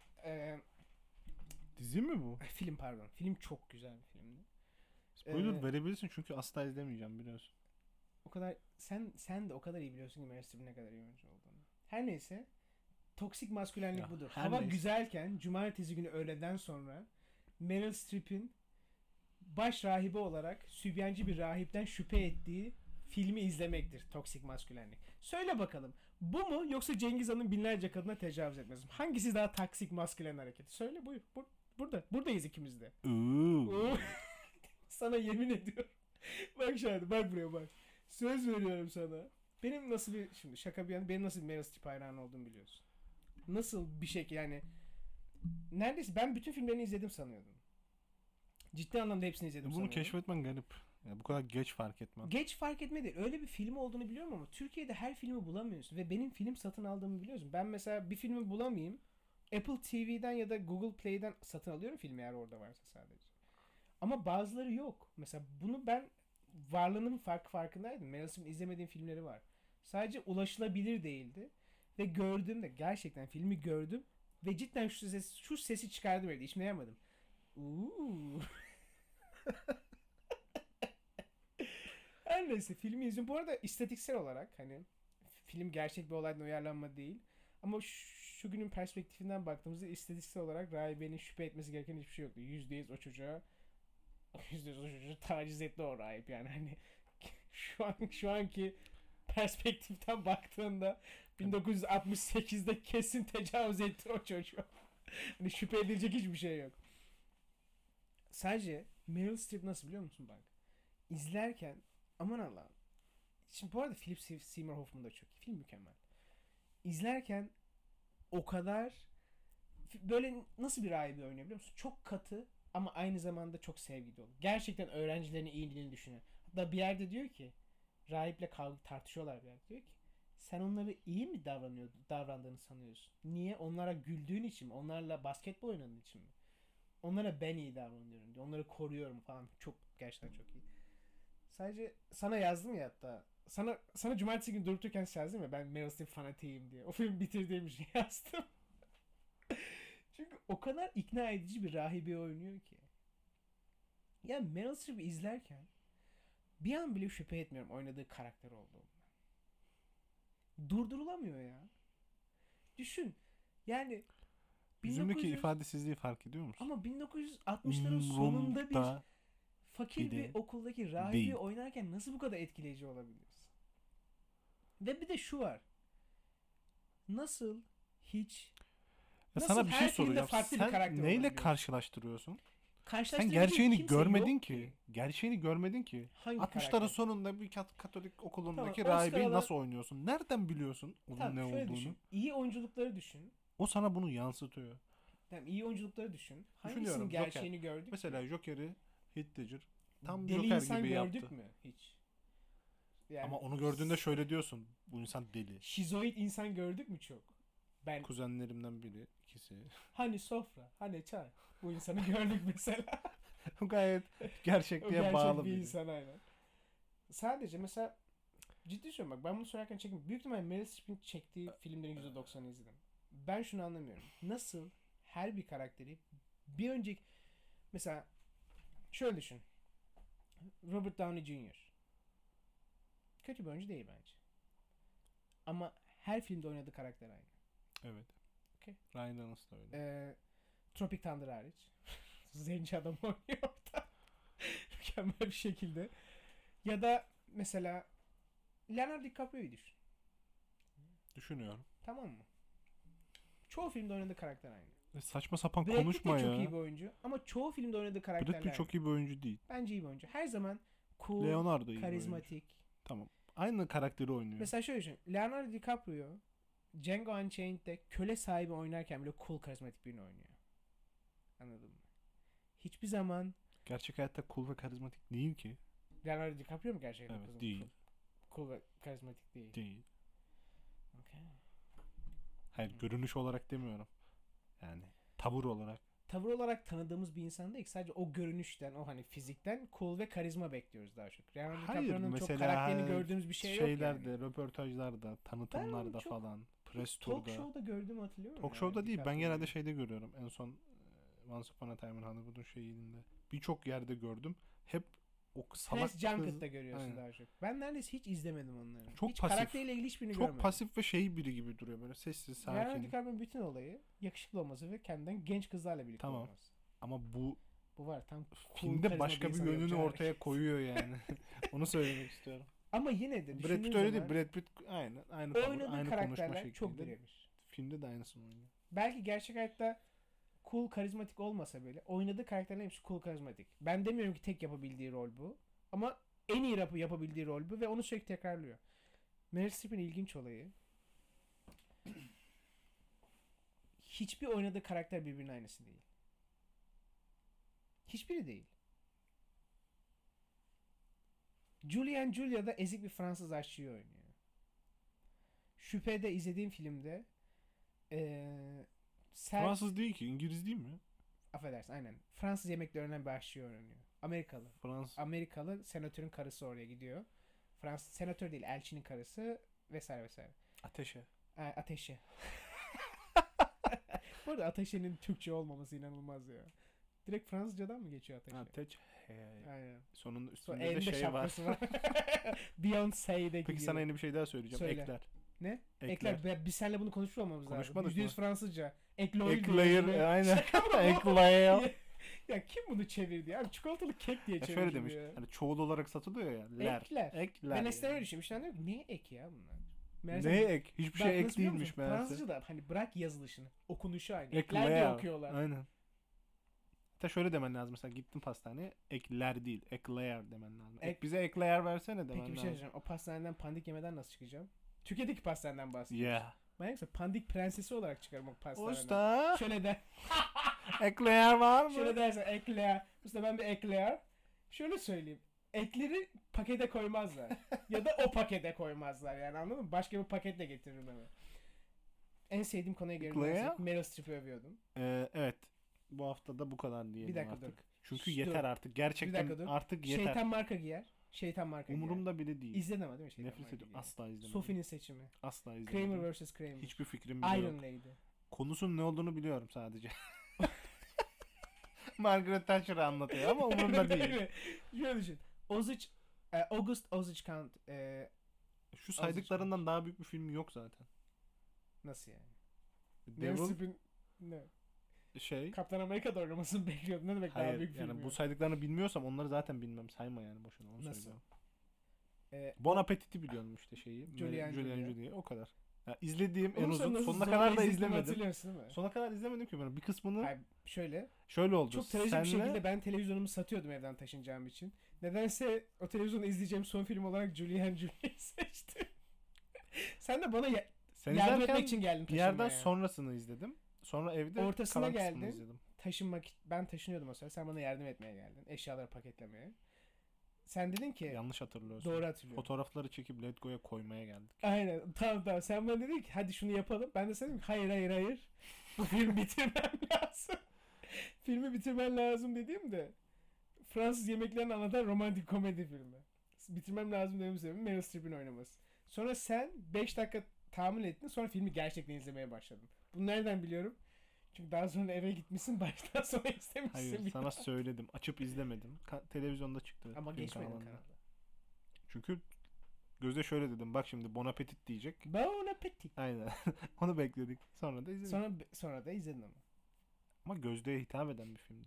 Dizi mi bu? Film pardon. Film çok güzel bir filmdi. Spoiler verebilirsin çünkü asla izlemeyeceğim biliyorsun. O kadar sen de o kadar iyi biliyorsun ki Meryl Streep'in ne kadar iyi oyuncu olduğunu. Her neyse, toksik maskülenlik Ya, budur. her Hava neyse. güzelken cumartesi günü öğleden sonra Meryl Streep'in baş rahibe olarak sübyancı bir rahipten şüphe ettiği filmi izlemektir toksik maskülenlik. Söyle bakalım, bu mu yoksa Cengiz Han'ın binlerce kadına tecavüz etmesi mi? Hangisi daha toksik maskülen hareketi? Söyle, buyur. Buradayız ikimiz de. Ooh. Sana yemin ediyorum. Bak Şahane, bak buraya bak. Söz veriyorum sana. Benim nasıl bir, şimdi şaka bir yana, benim nasıl bir Meryl Streep hayranı olduğumu biliyorsun. Nasıl bir şekil yani. Neredeyse ben bütün filmlerini izledim sanıyordum. Ciddi anlamda hepsini izledim Bunu sanıyordum. keşfetmen garip. Ya bu kadar geç fark etmem. Geç fark etmedi. Öyle bir film olduğunu biliyorum ama Türkiye'de her filmi bulamıyorsun. Ve benim film satın aldığımı biliyorsun. Ben mesela bir filmi bulamayayım, Apple TV'den ya da Google Play'den satın alıyorum filmi, eğer orada varsa sadece. Ama bazıları yok. Mesela bunu ben varlığının farkındaydım. Meryl Streep'in izlemediğim filmleri var. Sadece ulaşılabilir değildi. Ve gördüğümde gerçekten filmi gördüm ve cidden şu sesi çıkardım evde. İçimde yapmadım. Uuu. Neyse filmi izliyorum. Bu arada istatistiksel olarak hani film gerçek bir olaydan uyarlanma değil. Ama şu günün perspektifinden baktığımızda istatistiksel olarak rahibenin şüphe etmesi gereken hiçbir şey yoktu. %100 o çocuğa %100 o çocuğu taciz etti o rahip yani hani şu anki perspektiften baktığında 1968'de kesin tecavüz etti o çocuğu. Hani şüphe edilecek hiçbir şey yok. Sadece Meryl Streep nasıl biliyor musun bak? İzlerken aman Allah'ım. Şimdi bu arada Philip Seymour Hoffman da çok iyi. Film mükemmel. İzlerken o kadar böyle nasıl bir rahibi oynuyor biliyor musun? Çok katı ama aynı zamanda çok sevgi dolu. Gerçekten öğrencilerin iyiliğini düşünüyor. Hatta bir yerde diyor ki rahiple tartışıyorlar bir yerde. Diyor ki sen onları iyi mi davrandığını sanıyorsun? Niye? Onlara güldüğün için mi? Onlarla basketbol oynadığın için mi? Onlara ben iyi davranıyorum diyor. Onları koruyorum falan. Çok gerçekten çok iyi. Sadece sana yazdım ya hatta. Sana cumartesi günü durup dururken yazdım ya ben Meryl Streep fanatiyim diye. O film bitirdiğim şey yazdım. Çünkü o kadar ikna edici bir rahibe oynuyor ki. Ya Meryl Streep'i izlerken bir an bile şüphe etmiyorum oynadığı karakter olduğundan. Durdurulamıyor ya. Düşün. Yani Yüzümdeki 1900 ifadesizliği fark ediyor musun? ama 1960'ların sonunda bir Umrumda fakir bile bir okuldaki rahibi değil. oynarken nasıl bu kadar etkileyici olabiliriz? Ve bir de şu var. Nasıl hiç Ya nasıl sana bir şey her filmde soracağım. farklı bir Sen karakter neyle olabiliyor? karşılaştırıyorsun? Sen Karşılaştırabilecek gerçeğini kimse görmedin yok ki. Gerçeğini görmedin ki. Hangi 60'ların karakter? sonunda bir Katolik okulundaki Tamam, rahibeyi Oscar'lar nasıl oynuyorsun? Nereden biliyorsun onun tamam ne şöyle olduğunu? düşün. İyi oyunculukları düşün. O sana bunu yansıtıyor. Tamam iyi oyunculukları düşün. Hangisinin Düşünüyorum, Joker. gerçeğini gördük Mesela mü? Joker'i Heath Ledger tam Deli Joker insan gibi gördük yaptı. mü hiç? Yani Ama onu gördüğünde şöyle diyorsun. Bu insan deli. şizoid insan gördük mü çok? Ben Kuzenlerimden biri, ikisi. hani sofra, hani çay. Bu insanı gördük mesela. Gayet O gerçekliğe gerçek bağlı bir biri. insan aynen. Sadece mesela ciddi söylüyorum bak ben bunu söylerken çekmiyorum. Büyük ihtimalle Meryl Streep'in çektiği filmlerin %90'ını izledim. Ben şunu anlamıyorum. Nasıl her bir karakteri bir önceki mesela şöyle düşün. Robert Downey Jr. Kötü bir oyuncu değil bence. Ama her filmde oynadığı karakter aynı. Evet. Okay. Ryan Reynolds da öyle. Tropic Thunder hariç. Zenci adam oynuyor orada. Mükemmel bir şekilde. Ya da mesela Leonardo DiCaprio'yu düşün. Düşünüyorum. Tamam mı? Çoğu filmde oynadığı karakter aynı. Saçma sapan Brad Pitt de konuşma çok ya. iyi bir oyuncu ama çoğu filmde oynadığı karakterler Brad Pitt aynı. çok iyi bir oyuncu değil. Bence iyi bir oyuncu. Her zaman cool, Leonardo iyi bir oyuncu. karizmatik. Tamam. Aynı karakteri oynuyor. Mesela şöyle düşün. Leonardo DiCaprio Django Unchained'de köle sahibi oynarken bile cool, karizmatik birini oynuyor. Anladın mı? Hiçbir zaman Gerçek hayatta cool ve karizmatik değil ki. Leonardo DiCaprio mu gerçekten Evet, değil. Cool ve karizmatik değil. Değil. Okay. Hayır, görünüş olarak demiyorum. Yani tavır olarak. Tavır olarak tanıdığımız bir insan değil. Sadece o görünüşten, o hani fizikten cool ve karizma bekliyoruz daha çok. Leonardo Hayır, DiCaprio'nun çok mesela karakterini gördüğümüz bir şey yok şeylerde, yani. röportajlarda, tanıtımlarda çok falan, press Talk turda. show'da gördüğümü hatırlıyorum. Talk yani show'da değil. Ben DiCaprio'yu. genelde şeyde görüyorum. En son Once Upon a Time in Hollywood'un şeyinde. Birçok yerde gördüm. Hep o salak Press Junket'ta kız. görüyorsun Aynen. daha çok. Ben neredeyse hiç izlemedim onları. Çok hiç pasif. karakteriyle ilgili hiçbirini Çok görmedim. pasif ve şey biri gibi duruyor, böyle sessiz, Leonardo sakin. DiCaprio'nun bütün olayı yakışıklı olması ve kendinden genç kızlarla birlikte Tamam. olması. Ama bu Bu var tam cool, filmde karizma başka bir insanın yönünü yapacağı ortaya hareket. koyuyor yani. Onu söylemek istiyorum. Ama yine de Brad düşündüğün Pitt öyle zaman değil. Brad Pitt aynı tavır, oynadığı aynı konuşma karakterler çok şekliyle. birebir. Filmde de aynısını oynuyor. Belki gerçek hayatta cool, karizmatik olmasa bile oynadığı karakterlerin hepsi cool, karizmatik. Ben demiyorum ki tek yapabildiği rol bu. Ama en iyi yapabildiği rol bu ve onu sürekli tekrarlıyor. Meryl Streep'in ilginç olayı hiçbir oynadığı karakter birbirinin aynısı değil. Hiçbiri değil. Julie Julia'da ezik bir Fransız aşçıyı oynuyor. Şüphede izlediğim filmde Fransız değil ki, İngiliz değil mi? affedersin aynen. Fransız yemekleri öğrenen bir aşçıyı öğreniyor. Amerikalı. Fransız. Amerikalı senatörün karısı oraya gidiyor. Fransız senatör değil, elçinin karısı vesaire vesaire. Ateşe. Ateşe. Bu arada Ateşe'nin Türkçe olmaması inanılmaz ya. Direkt Fransızcadan mı geçiyor ateşe? Ateş. Aynen. Sonun Sonra üstünde de elinde şey var. şapkası var. Beyoncé'deki Peki gibi. sana yeni bir şey daha söyleyeceğim. Söyle. Ekler. Ne? Ekler. Biz seninle bunu konuşmuş olmamız lazım. Konuşmadık %100 mı? Fransızca. Ekloil Eclair. diyor. Aynen. Şaka mı bu? Eclair. Ya kim bunu çevirdi ya? Çikolatalı kek diye Ya çevirmiş. şöyle demiş. Hani çoğul olarak satılıyor ya. Ler. Ekler. Ekler. Ben yani. eskiden öyle düşünmüştüm. Ben diyorum ki niye ek ya bunlar? Meğerse Ne ek? Hiçbir şey bak ek nasıl biliyor değilmiş musun? meğerse. Fransızca da hani bırak yazılışını. Okunuşu aynı. Ekler diye Eclair. okuyorlar. Aynen. Hatta şöyle demen lazım. Mesela gittin pastaneye. Ekler değil. Eclair demen lazım. Bize eclair versene demen Peki bir şey lazım. diyeceğim. O pastaneden pandik yemeden nasıl çıkacağım? Türkiye'deki pastaneden bahsediyoruz. Yeah. Ben yoksa pandik prensesi olarak çıkarım o pastaneden. Usta. Şöyle de. Eclair var mı? Şöyle dersen ekler. Usta ben bir ekler. Şöyle söyleyeyim. Ekleri pakete koymazlar. Ya da o pakete koymazlar yani, anladın mı? Başka bir paketle getiririm hemen. En sevdiğim konuya geri Eclair? dönersek Meryl Streep'i övüyordum. Evet. Bu hafta da bu kadar diyelim Bir dakika artık. dur. Çünkü Dur. yeter artık. Bir Gerçekten dakika dur. artık yeter. Şeytan marka giyer. Şeytan marka giyer. Umurumda bile değil. İzledin ama değil mi şeytan Nefret marka ediyorum. giyer? Asla izlemedim. Sophie'nin seçimi. Asla izlemedim. Kramer vs. Kramer. Hiçbir fikrim bile Iron yok. Lady. Konusunun ne olduğunu biliyorum sadece. Margaret Thatcher'ı anlatıyor ama umurumda değil. Şöyle düşün. August Osage Count. Şu saydıklarından daha büyük bir film yok zaten. Nasıl yani? Meryl Devil Streep'in ne? şey. Kaptan Amerika'da oynamasını bekliyordun. Ne demek daha Hayır büyük yani film bu ya? saydıklarını bilmiyorsam onları zaten bilmem. Sayma yani boşuna onu Nasıl? söylüyorum. Ee, Bon Appetit'i biliyorum işte şeyi. Julianne Julia. Julia o kadar. Ya izlediğim en Oğlum sen uzun. nasıl Sonuna zorla kadar da izlediğini izlemedim. Hatırlıyorsun değil mi? Sona kadar izlemedim ki ben. Bir kısmını Hayır, şöyle. şöyle oldu. Çok trajik bir Senle şekilde ben televizyonumu satıyordum evden taşınacağım için. Nedense o televizyonu izleyeceğim son film olarak Julianne Julia'yı seçtim. Sen de bana sen yardım izlerken etmek için geldin bir yerden taşınmaya. sonrasını izledim. Sonra evde Ortasına kalan kısmını geldin. izledim. Ben taşınıyordum o sırada. Sen bana yardım etmeye geldin. Eşyaları paketlemeye. Sen dedin ki Yanlış hatırlıyorsun. doğru hatırlıyorum. Fotoğrafları çekip Let Go'ya koymaya geldik. Aynen. Tamam. Sen bana dedin ki hadi şunu yapalım. Ben de sana dedim ki hayır. Bu filmi bitirmem lazım. Filmi bitirmen lazım dediğimde Fransız yemeklerini anlatan romantik komedi filmi. Bitirmem lazım dedim sebebim Meryl Streep'in oynaması. Sonra sen 5 dakika tahammül ettin, sonra filmi gerçekten izlemeye başladın. Bunu nereden biliyorum? Çünkü daha sonra eve gitmişsin, baştan sona izlemişsin. Hayır sana söyledim. Açıp izlemedim. Televizyonda çıktı. Ama film geçmedin kanalında. kanalda. Çünkü Gözde şöyle dedim. Bak şimdi Bon Appetit diyecek. Bon appetit. Aynen. Onu bekledik. Sonra da izledik. Sonra da izledin ama. Ama Gözde'ye hitap eden bir filmdi.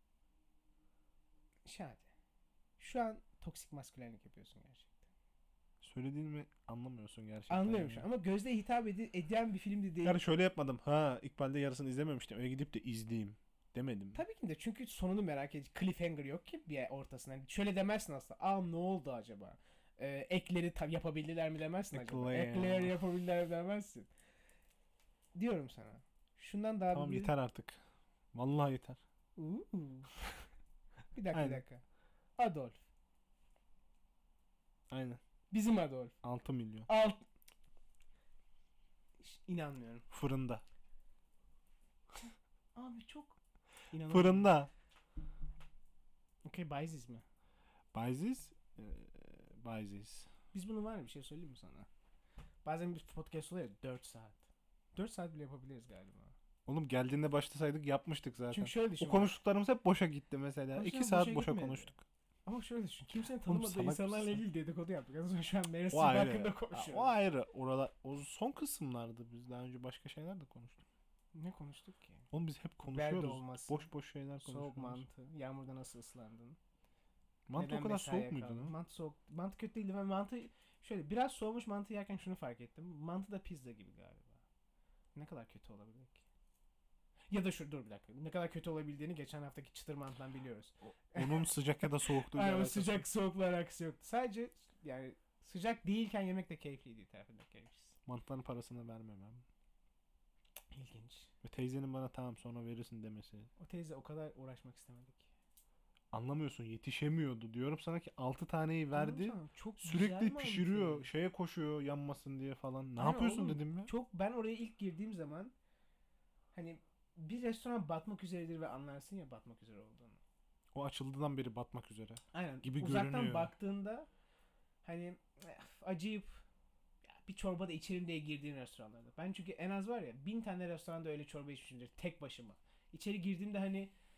Şahane. Şu an toksik maskülenlik yapıyorsun gerçekten. Söylediğimi anlamıyorsun gerçekten. Anlıyorum yani. şu an ama gözde hitap eden bir filmdi değil. Yani şöyle yapmadım. Ha İkbal'de yarısını izlememiştim. Eve gidip de izleyeyim demedim. Tabii ki de, çünkü sonunu merak edici. Cliffhanger yok ki bir ortasında. Yani şöyle demezsin aslında. Aa ne oldu acaba? Ekleri yapabildiler mi demezsin acaba? Ekler yapabildiler mi demezsin. Diyorum sana. Şundan daha Tamam bir... yeter artık. Vallahi yeter. Bir dakika Aynen. bir dakika. Adolf. Aynen. Bizim Adolf. 6 milyon. İnanmıyorum. Fırında. Abi çok inanamıyorum. Fırında. Okey, Bayziz mi? Bayziz. Bayziz. Biz bunu var ya, bir şey söyleyeyim mi sana? Bazen bir podcast oluyor ya, 4 saat. 4 saat bile yapabiliriz galiba. Oğlum geldiğinde başlasaydık yapmıştık zaten. Çünkü şöyle düşün. O konuştuklarımız hep boşa gitti mesela. Konuştuklarımız 2 saat boşa boşa gitmedi. konuştuk. Ama şöyle düşün. Kimsenin Oğlum tanımadığı salak insanlarla mısın? ilgili dedikodu yaptık. En son şu an Meryl O Streep ayrı. hakkında Ha, konuşuyoruz. o ayrı. O son kısımlardı. Biz daha önce başka şeyler de konuştuk. Ne konuştuk ki? Oğlum biz hep Biber konuşuyoruz. dolması, Boş boş şeyler konuşuyoruz. soğuk mantı, yağmurda nasıl ıslandın? Mantı Neden o kadar mesaiye soğuk muydu kaldın? lan? Mantı soğuk. Mantı kötü değildi. Ben mantı şöyle biraz soğumuş mantı yerken şunu fark ettim. Mantı da pizza gibi galiba. Ne kadar kötü olabilir ki? Ya da dur bir dakika. Ne kadar kötü olabildiğini geçen haftaki çıtır mantıdan biliyoruz. Onun sıcak ya da soğukluğu. Aynen, o sıcak soğukla alakası yoktu. Sadece yani sıcak değilken yemek de keyifliydi, itiraf etmek gerekirse. Mantıların parasını vermemem. İlginç. Ve teyzenin bana tamam sonra verirsin demesi. O teyze o kadar uğraşmak istemedi ki. Anlamıyorsun, yetişemiyordu. Diyorum sana ki 6 taneyi verdi. Tamam, çok güzel Sürekli mantı. pişiriyor. Şeye koşuyor yanmasın diye falan. Ne Aynen yapıyorsun oğlum, dedim ya. Çok, ben oraya ilk girdiğim zaman hani bir restoran batmak üzeredir ve anlarsın ya batmak üzere olduğunu. O açıldığından beri batmak üzere. Aynen. Gibi Uzaktan görünüyor. baktığında hani acayip bir çorba da içerim diye girdiğin restoranlarda. Ben çünkü en az var ya 1000 tane restoranda öyle çorba içmişimdir tek başıma. İçeri girdiğimde hani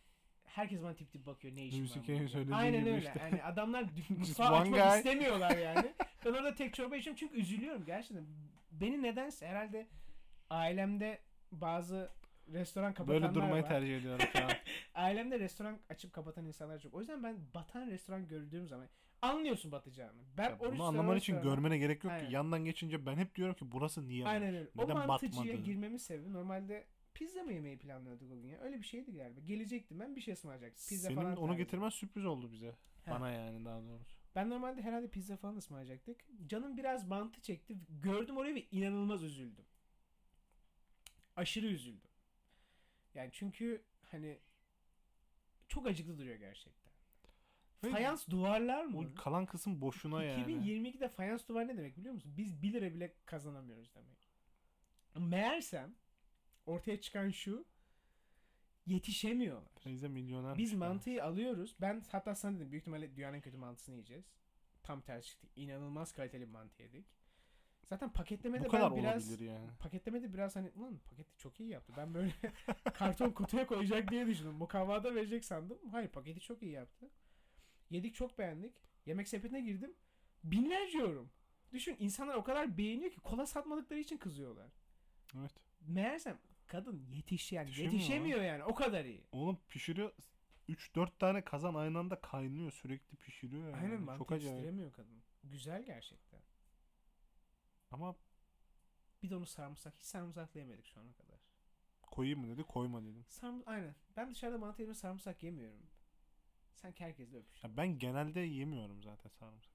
herkes bana tip tip bakıyor, ne işim Louis var C.K.'in burada? söylediği Aynen gibi öyle. işte. Yani adamlar mutfağı Just one açmak guy. istemiyorlar yani. Ben orada tek çorba içiyorum çünkü üzülüyorum gerçekten. Beni nedense herhalde ailemde bazı restoran kapatanlar Böyle durmayı var. tercih ediyorum şu an. Ailemde restoran açıp kapatan insanlar çok. O yüzden ben batan restoran gördüğüm zaman anlıyorsun batacağını. Ben Ya oruç bunu anlaman için restoranı- görmene gerek yok Aynen. ki. Yandan geçince ben hep diyorum ki burası niye var? Aynen öyle. O Neden mantıcıya batmadı? girmemin sebebi normalde pizza mı yemeyi planlıyorduk o gün ya? Öyle bir şeydi galiba. Gelecektim ben, bir şey ısmarlayacaktım. Pizza Senin falan onu tarzı. getirmen sürpriz oldu bize. Heh. Bana yani daha doğrusu. Ben normalde herhalde pizza falan ısmarlayacaktık. Canım biraz mantı çekti. Gördüm orayı ve inanılmaz üzüldüm. Aşırı üzüldüm. Yani çünkü hani çok acıklı duruyor gerçekten. Ve Fayans duvarlar mı? O kalan kısım boşuna yani. 2022'de fayans duvar ne demek biliyor musun? Biz 1 lira bile kazanamıyoruz demek. Meğersem ortaya çıkan şu, yetişemiyorlar. Teyze milyoner. Biz mantıyı alıyoruz. Ben hatta sana dedim büyük ihtimalle dünyanın en kötü mantısını yiyeceğiz. Tam tersi çıktı. İnanılmaz kaliteli bir mantı yedik. Zaten paketlemede bu kadar ben biraz olabilir yani. paketlemede biraz hani ulan paketi çok iyi yaptı. Ben böyle karton kutuya koyacak diye düşündüm. Mukavvada verecek sandım. Hayır, paketi çok iyi yaptı. Yedik, çok beğendik. Yemek sepetine girdim. Binlerce yorum. Düşün, insanlar o kadar beğeniyor ki kola satmadıkları için kızıyorlar. Evet. Meğersem kadın Yetişemiyor yetişemiyor yani, o kadar iyi. Oğlum pişiriyor. 3-4 tane kazan aynı anda kaynıyor. Sürekli pişiriyor yani. Aynen, Çok mantı acayip. yetiştiremiyor kadın. Güzel gerçekten. Ama Bir de onu sarımsak. Hiç sarımsaklı yemedik şu ana kadar. koyayım mı dedi, koyma dedim. Aynen. Ben dışarıda mantı yediğimde sarımsak yemiyorum. Sanki herkesle öpüş. Ya ben genelde yemiyorum zaten sarımsak.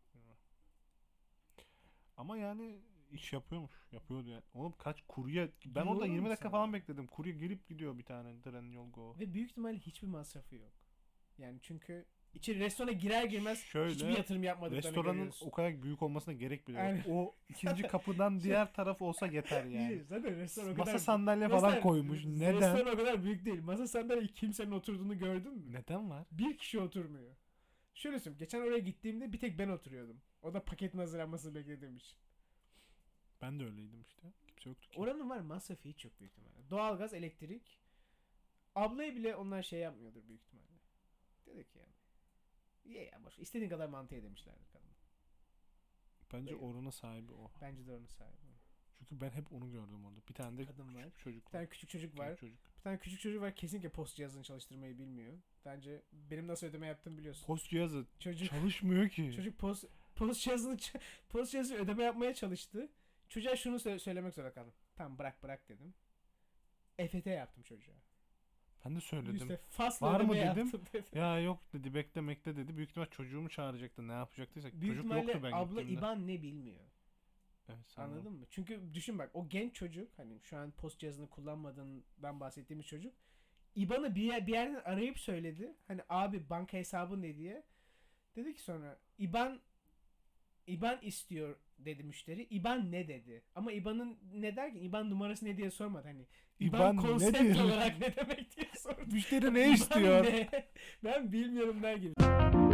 Ama yani iş yapıyormuş. Yapıyordu yani. Oğlum kaç kurye. Ben orada Diyorum 20 dakika sana. falan bekledim. Kurye gelip gidiyor bir tane. Trendyol Go. Ve büyük ihtimalle hiçbir masrafı yok. Yani çünkü içeri restorana girer girmez Şöyle, hiçbir yatırım yapmadıklarını restoranın görüyorsun. o kadar büyük olmasına gerek bile Aynen. yok. O ikinci kapıdan diğer taraf olsa yeter yani. İyi, zaten restoran o Masa kadar... sandalye falan koymuş. Neden? Restoran o kadar büyük değil. Masa sandalye kimsenin oturduğunu gördün mü? Neden var? Bir kişi oturmuyor. Şöyle söyleyeyim. Geçen oraya gittiğimde bir tek ben oturuyordum. O da paketin hazırlanmasını beklediğim için. Ben de öyleydim işte. Kimse yoktu ki. Oranın var masrafı hiç yok büyük ihtimalle. Doğalgaz, elektrik. Ablayı bile onlar şey yapmıyordur büyük ihtimalle. Dedik yani. Ye ya boş. İstediğin kadar mantı ye demişlerdir kadın. Bence Değil. oranın sahibi o. Bence de oranın sahibi. Çünkü ben hep onu gördüm orada. Bir tane de Kadın var. küçük çocuk Bir tane küçük çocuk var. Küçük çocuk. Bir tane küçük çocuk var, kesinlikle post cihazını çalıştırmayı bilmiyor. Bence benim nasıl ödeme yaptığımı biliyorsun. Post cihazı Çocuk çalışmıyor ki. çocuk post cihazını ödeme yapmaya çalıştı. Çocuğa şunu söylemek zorunda kaldım. Tamam, bırak dedim. EFT yaptım çocuğa. Ben de söyledim. İşte fasla Var mı ödeme dedim. yaptım dedi. Ya yok dedi, bekle dedi. Büyük ihtimal çocuğumu çağıracaktı. Ne yapacaktıysak. Büyük Çocuk ihtimalle yoktu ben abla gittiğimde. IBAN ne bilmiyor. Evet, sanırım. Anladın mı? Çünkü düşün bak, o genç çocuk, hani şu an post cihazını kullanmadığından bahsettiğimiz çocuk, IBAN'ı bir yerden arayıp söyledi. Hani abi banka hesabın ne diye. Dedi ki sonra IBAN istiyor dedi müşteri. IBAN ne dedi. Ama IBAN'ın ne derken IBAN numarası ne diye sormadı. Hani IBAN konsept nedir? olarak ne demek diye sordu. Müşteri ne IBAN istiyor? ne? Ben bilmiyorum der gibi.